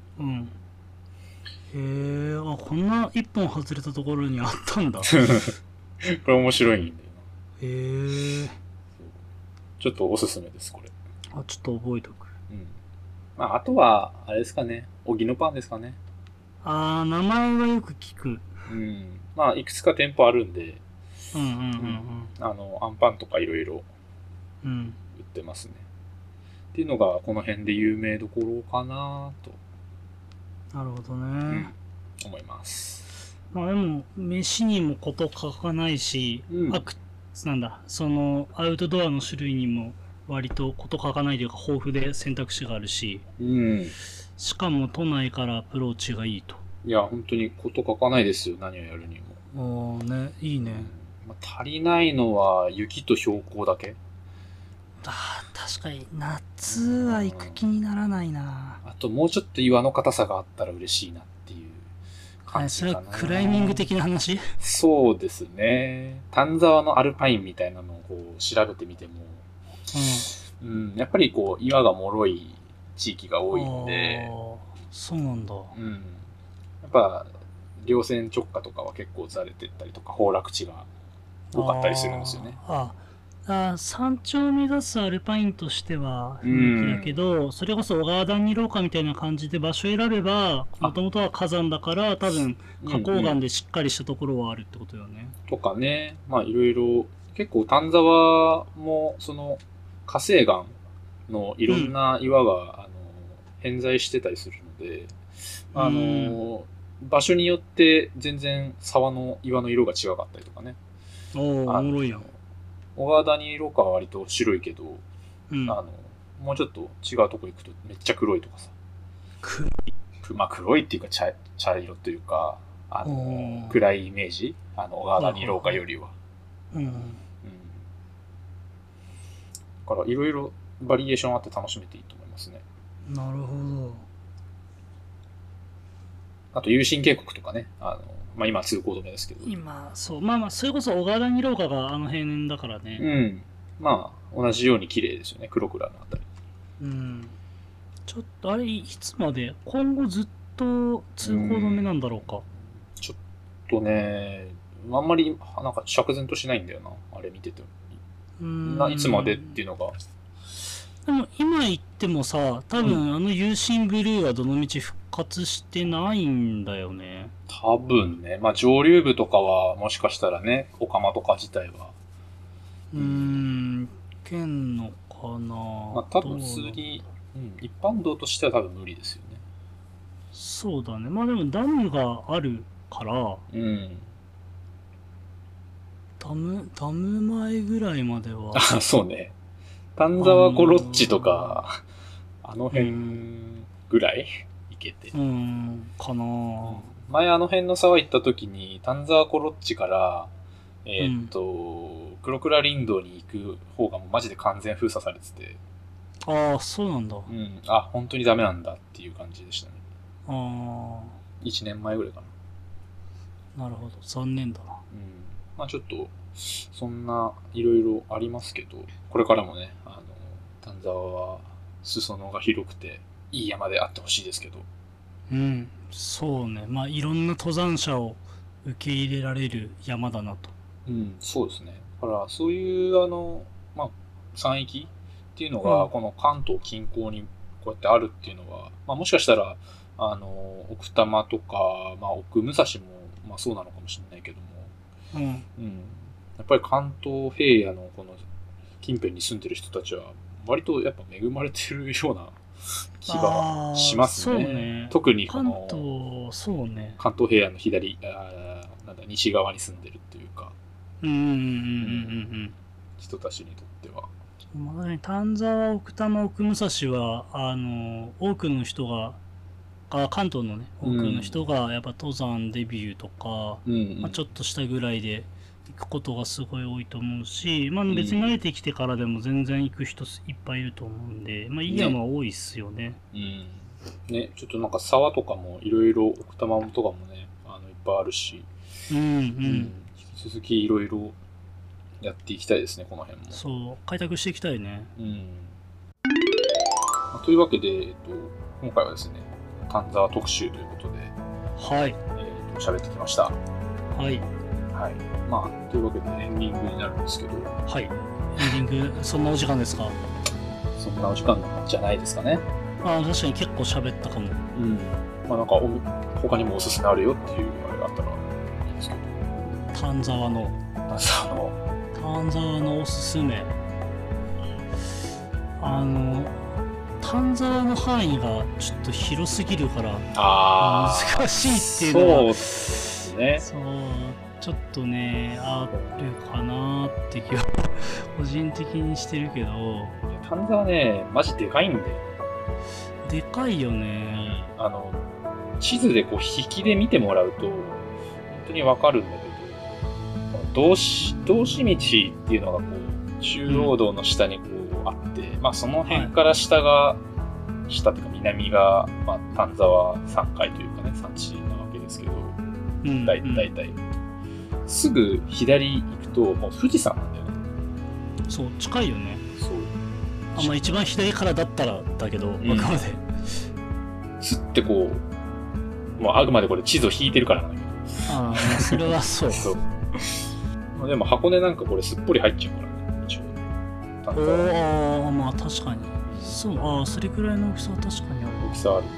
こんな一本外れたところにあったんだ。これ面白いんだよな。 ちょっとおすすめです、これ。 ちょっと覚えとく。 まあ、あとは、あれですかね。おぎのパンですかね。 名前はよく聞く。 まあ、いくつか店舗あるんで、 アンパンとかいろいろ売ってますね。っていうのが、この辺で有名どころかなと。 なるほどね。 思います。 まあでも、飯にもこと書かないし、その、アウトドアの種類にも割とこと書かないというか豊富で選択肢があるし、しかも都内からアプローチがいいと。 いや、本当にこと書かないですよ、何をやるにも。いいね。 足りないのは雪と標高だけ。 確かに夏は行く気にならないな。 あともうちょっと岩の硬さがあったら嬉しいなっていう感じかな。 それはクライミング的な話？ そうですね。丹沢のアルパインみたいなのをこう調べてみても、やっぱりこう岩が脆い地域が多いんで、 そうなんだ。 やっぱ稜線直下とかは結構ずれてったりとか崩落地が多かったりするんですよね。 山頂を目指すアルパインとしては人気だけど、それこそ小川谷廊下みたいな感じで場所選べば、もともとは火山だから多分花崗岩でしっかりしたところはあるってことよね。 とかね、まあいろいろ、結構丹沢もその火成岩のいろんな岩が、偏在してたりするので、場所によって全然沢の岩の色が違かったりとかね。 おもろいやん。 小川谷廊下は割と白いけど、もうちょっと違うとこ行くとめっちゃ黒いとかさ。まあ黒いっていうか茶色というか、暗いイメージ、小川谷廊下よりは。だかからいろいろバリエーションあって楽しめていいと思いますね。 なるほど。 あと、有心渓谷とかね、まあ、今通行止めですけど。 今、そう、まあまあ、それこそ小川谷廊下が平年だからね。 うん。まあ、同じように綺麗ですよね、黒倉のあたり。 うん。ちょっと、あれ、いつまで、今後ずっと通行止めなんだろうか。 ちょっとね、あんまり、なんか釈然としないんだよな、あれ見てても。いつまでっていうのが。 でも、今言ってもさ、多分有心ブルーはどの道復活してないんだよね。 多分ね。まあ、上流部とかは、もしかしたらね、オカマとか自体は。 県のかな。 まあ、多分普通に、一般道としては多分無理ですよね。 そうだね。まあでもダムがあるから、ダム前ぐらいまでは。 あ、そうね。丹沢湖ロッジとか、あの辺ぐらい行けて。 かな、 前あの辺の沢行った時に、丹沢湖ロッジから、黒倉林道に行く方がもうマジで完全封鎖されてて。 ああ、そうなんだ。 あ、本当にダメなんだっていう感じでしたね。1年前ぐらいかな。なるほど。残念だな。 まあちょっと、そんないろいろありますけど、これからもね、丹沢は裾野が広くて、いい山であってほしいですけど。 そうね。まあいろんな登山者を受け入れられる山だなと。 そうですね。だから、そういうまあ、山域っていうのが、この関東近郊にこうやってあるっていうのは、まあもしかしたら、奥多摩とか、まあ奥武蔵も、まあそうなのかもしれないけども、やっぱり関東平野のこの近辺に住んでる人たちは、割とやっぱ恵まれてるような気がしますね。 そうね。 特にこの関東平野の左、西側に住んでるっていうか、人たちにとっては。 丹沢、奥多摩、奥武蔵は、多くの人が、関東のね、多くの人がやっぱ登山デビューとか、まあ、ちょっとしたぐらいで行くことがすごい多いと思うし、まあ別に慣れてきてからでも全然行く人いっぱいいると思うんで、まあいい山多いっすよね。 ね、ちょっとなんか沢とかもいろいろ奥多摩とかもね、いっぱいあるし、引き続きいろいろやっていきたいですね、この辺も。 そう、開拓していきたいね。 というわけで、今回はですね、丹沢特集ということで、喋ってきました。まあ、というわけでエンディングになるんですけど。 エンディング、そんなお時間ですか？ そんなお時間じゃないですかね。 確かに結構喋ったかも。 まあなんか、他にもおすすめあるよっていうのがあったらいいんですけど。 丹沢のおすすめ。丹沢の範囲がちょっと広すぎるから難しいっていうのは、そうですね。そう、ちょっとね、あるかなって気は個人的にしてるけど。 丹沢ね、マジでかいんだよ。 でかいよね。 地図でこう引きで見てもらうと本当にわかるんだけど、道志道っていうのがこう中央道の下にこうあって、まあその辺から下っていうか南が、まあ、丹沢山海というかね、山地なわけですけど、だいたいすぐ左行くともう富士山なんだよね。 そう、近いよね。 そう。 まあ一番左からだったらだけど、あくまで。 つってこう、もうあくまでこれ地図を引いてるからなんだけど。 まあそれはそう。 そう。でも箱根なんかこれすっぽり入っちゃうからね、一応。 まあ確かに。そう、それくらいの大きさは確かにある。 大きさある。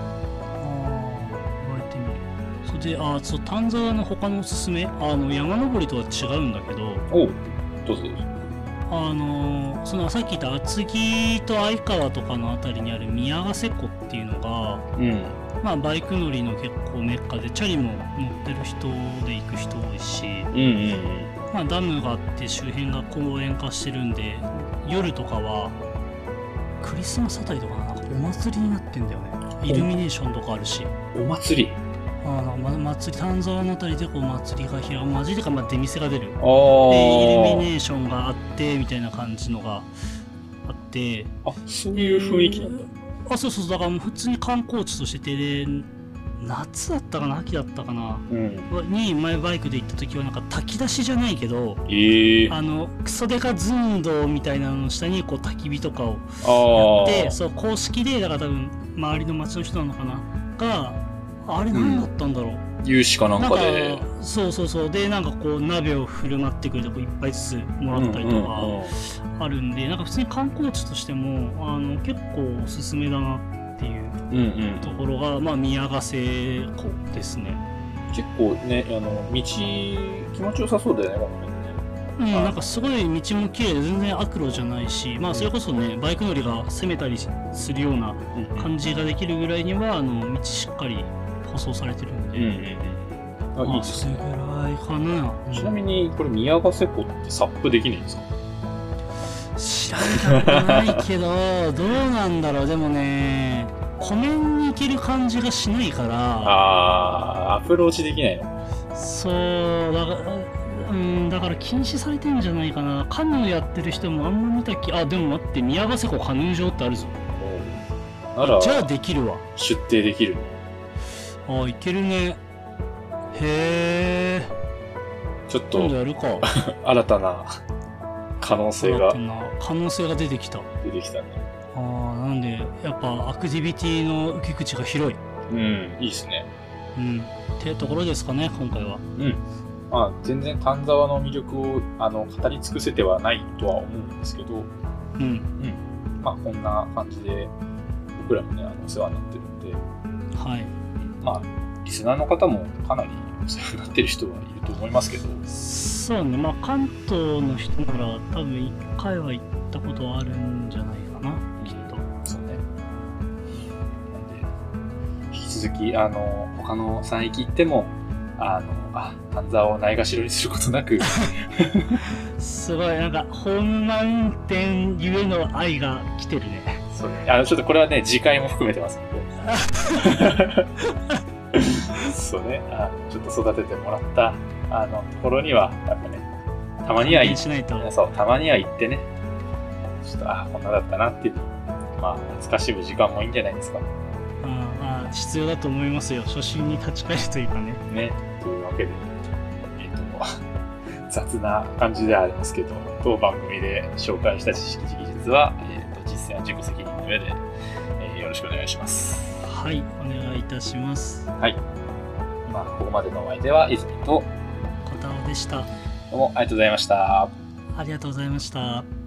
言われてみる。それで、そう、丹沢の他のおすすめ、山登りとは違うんだけど。 どうぞ。 そのさっき言った厚木と相川とかのあたりにある宮ヶ瀬湖っていうのが、まあバイク乗りの結構メッカで、チャリも乗ってる人で行く人多いし、まあダムがあって周辺が公園化してるんで、夜とかはクリスマスあたりとかなんかお祭りになってんだよね。イルミネーションとかあるし。 お祭り？ 丹沢のあたりでこう祭りが祭りとか出店が出る。でイルミネーションがあってみたいな感じのがて、 あ、そういう雰囲気なんだ。 あ、そうそうそう、だからもう普通に観光地としてて、で夏だったかな秋だったかな、に前バイクで行った時はなんか炊き出しじゃないけど、クソデカ寸胴みたいなのの下にこう焚き火とかをやって、そう公式でだから多分周りの町の人なのかなが、あれ何だったんだろう、 有志かなんかで、 そうそうそう、でなんかこう鍋を振る舞ってくれてこういっぱいずつもらったりとかあるんで、なんか普通に観光地としても結構おすすめだなっていうところが、まあ宮ヶ瀬湖ですね。 結構ね、道気持ちよさそうだよね、この辺ね。 なんかすごい道も綺麗で全然悪路じゃないし、まあそれこそね、バイク乗りが攻めたりするような感じができるぐらいには道しっかり舗装されてるんで、いいですね。それぐらいかな。 ちなみにこれ宮ヶ瀬湖ってサップできないんですか？ 知らなかったないけどどうなんだろう。でもね、湖面に行ける感じがしないから、 アプローチできないの？ そうだから禁止されてんじゃないかな。カヌーやってる人もあんま見たでも待って、宮ヶ瀬湖カヌー場ってあるぞ。 ならじゃあできるわ。 出廷できる。 いけるね。へえ。 ちょっと今度やるか。 新たな可能性が出てきた。 ね。 なんでやっぱアクティビティの受け口が広い。 いいですね。 ってところですかね、今回は。 まあ全然丹沢の魅力を語り尽くせてはないとは思うんですけど、まあこんな感じで僕らもねお世話になってるんで、 はい。 まあリスナーの方もかなりお世話になってる人はいると思いますけど、 そうね、まあ関東の人なら多分1回は行ったことはあるんじゃないかな、きっと。 そうね。なんで引き続き他の山域行っても丹沢をないがしろにすることなくすごいなんかホームマウンテンゆえの愛が来てるね。 そうね。ちょっとこれはね次回も含めてますのでそうね。ちょっと育ててもらったところにはやっぱね、たまにはたまには行ってね、ちょっとこんなだったなっていう、まあ懐かしむ時間もいいんじゃないですか。 必要だと思いますよ。初心に立ち返るというかね。 というわけで、雑な感じではありますけど、当番組で紹介した知識技術は、実践は自己責任の上で、よろしくお願いします。 はい、お願いいたします。 はい。ここまでのお相手は泉と小田尾でした。 どうもありがとうございました。 ありがとうございました。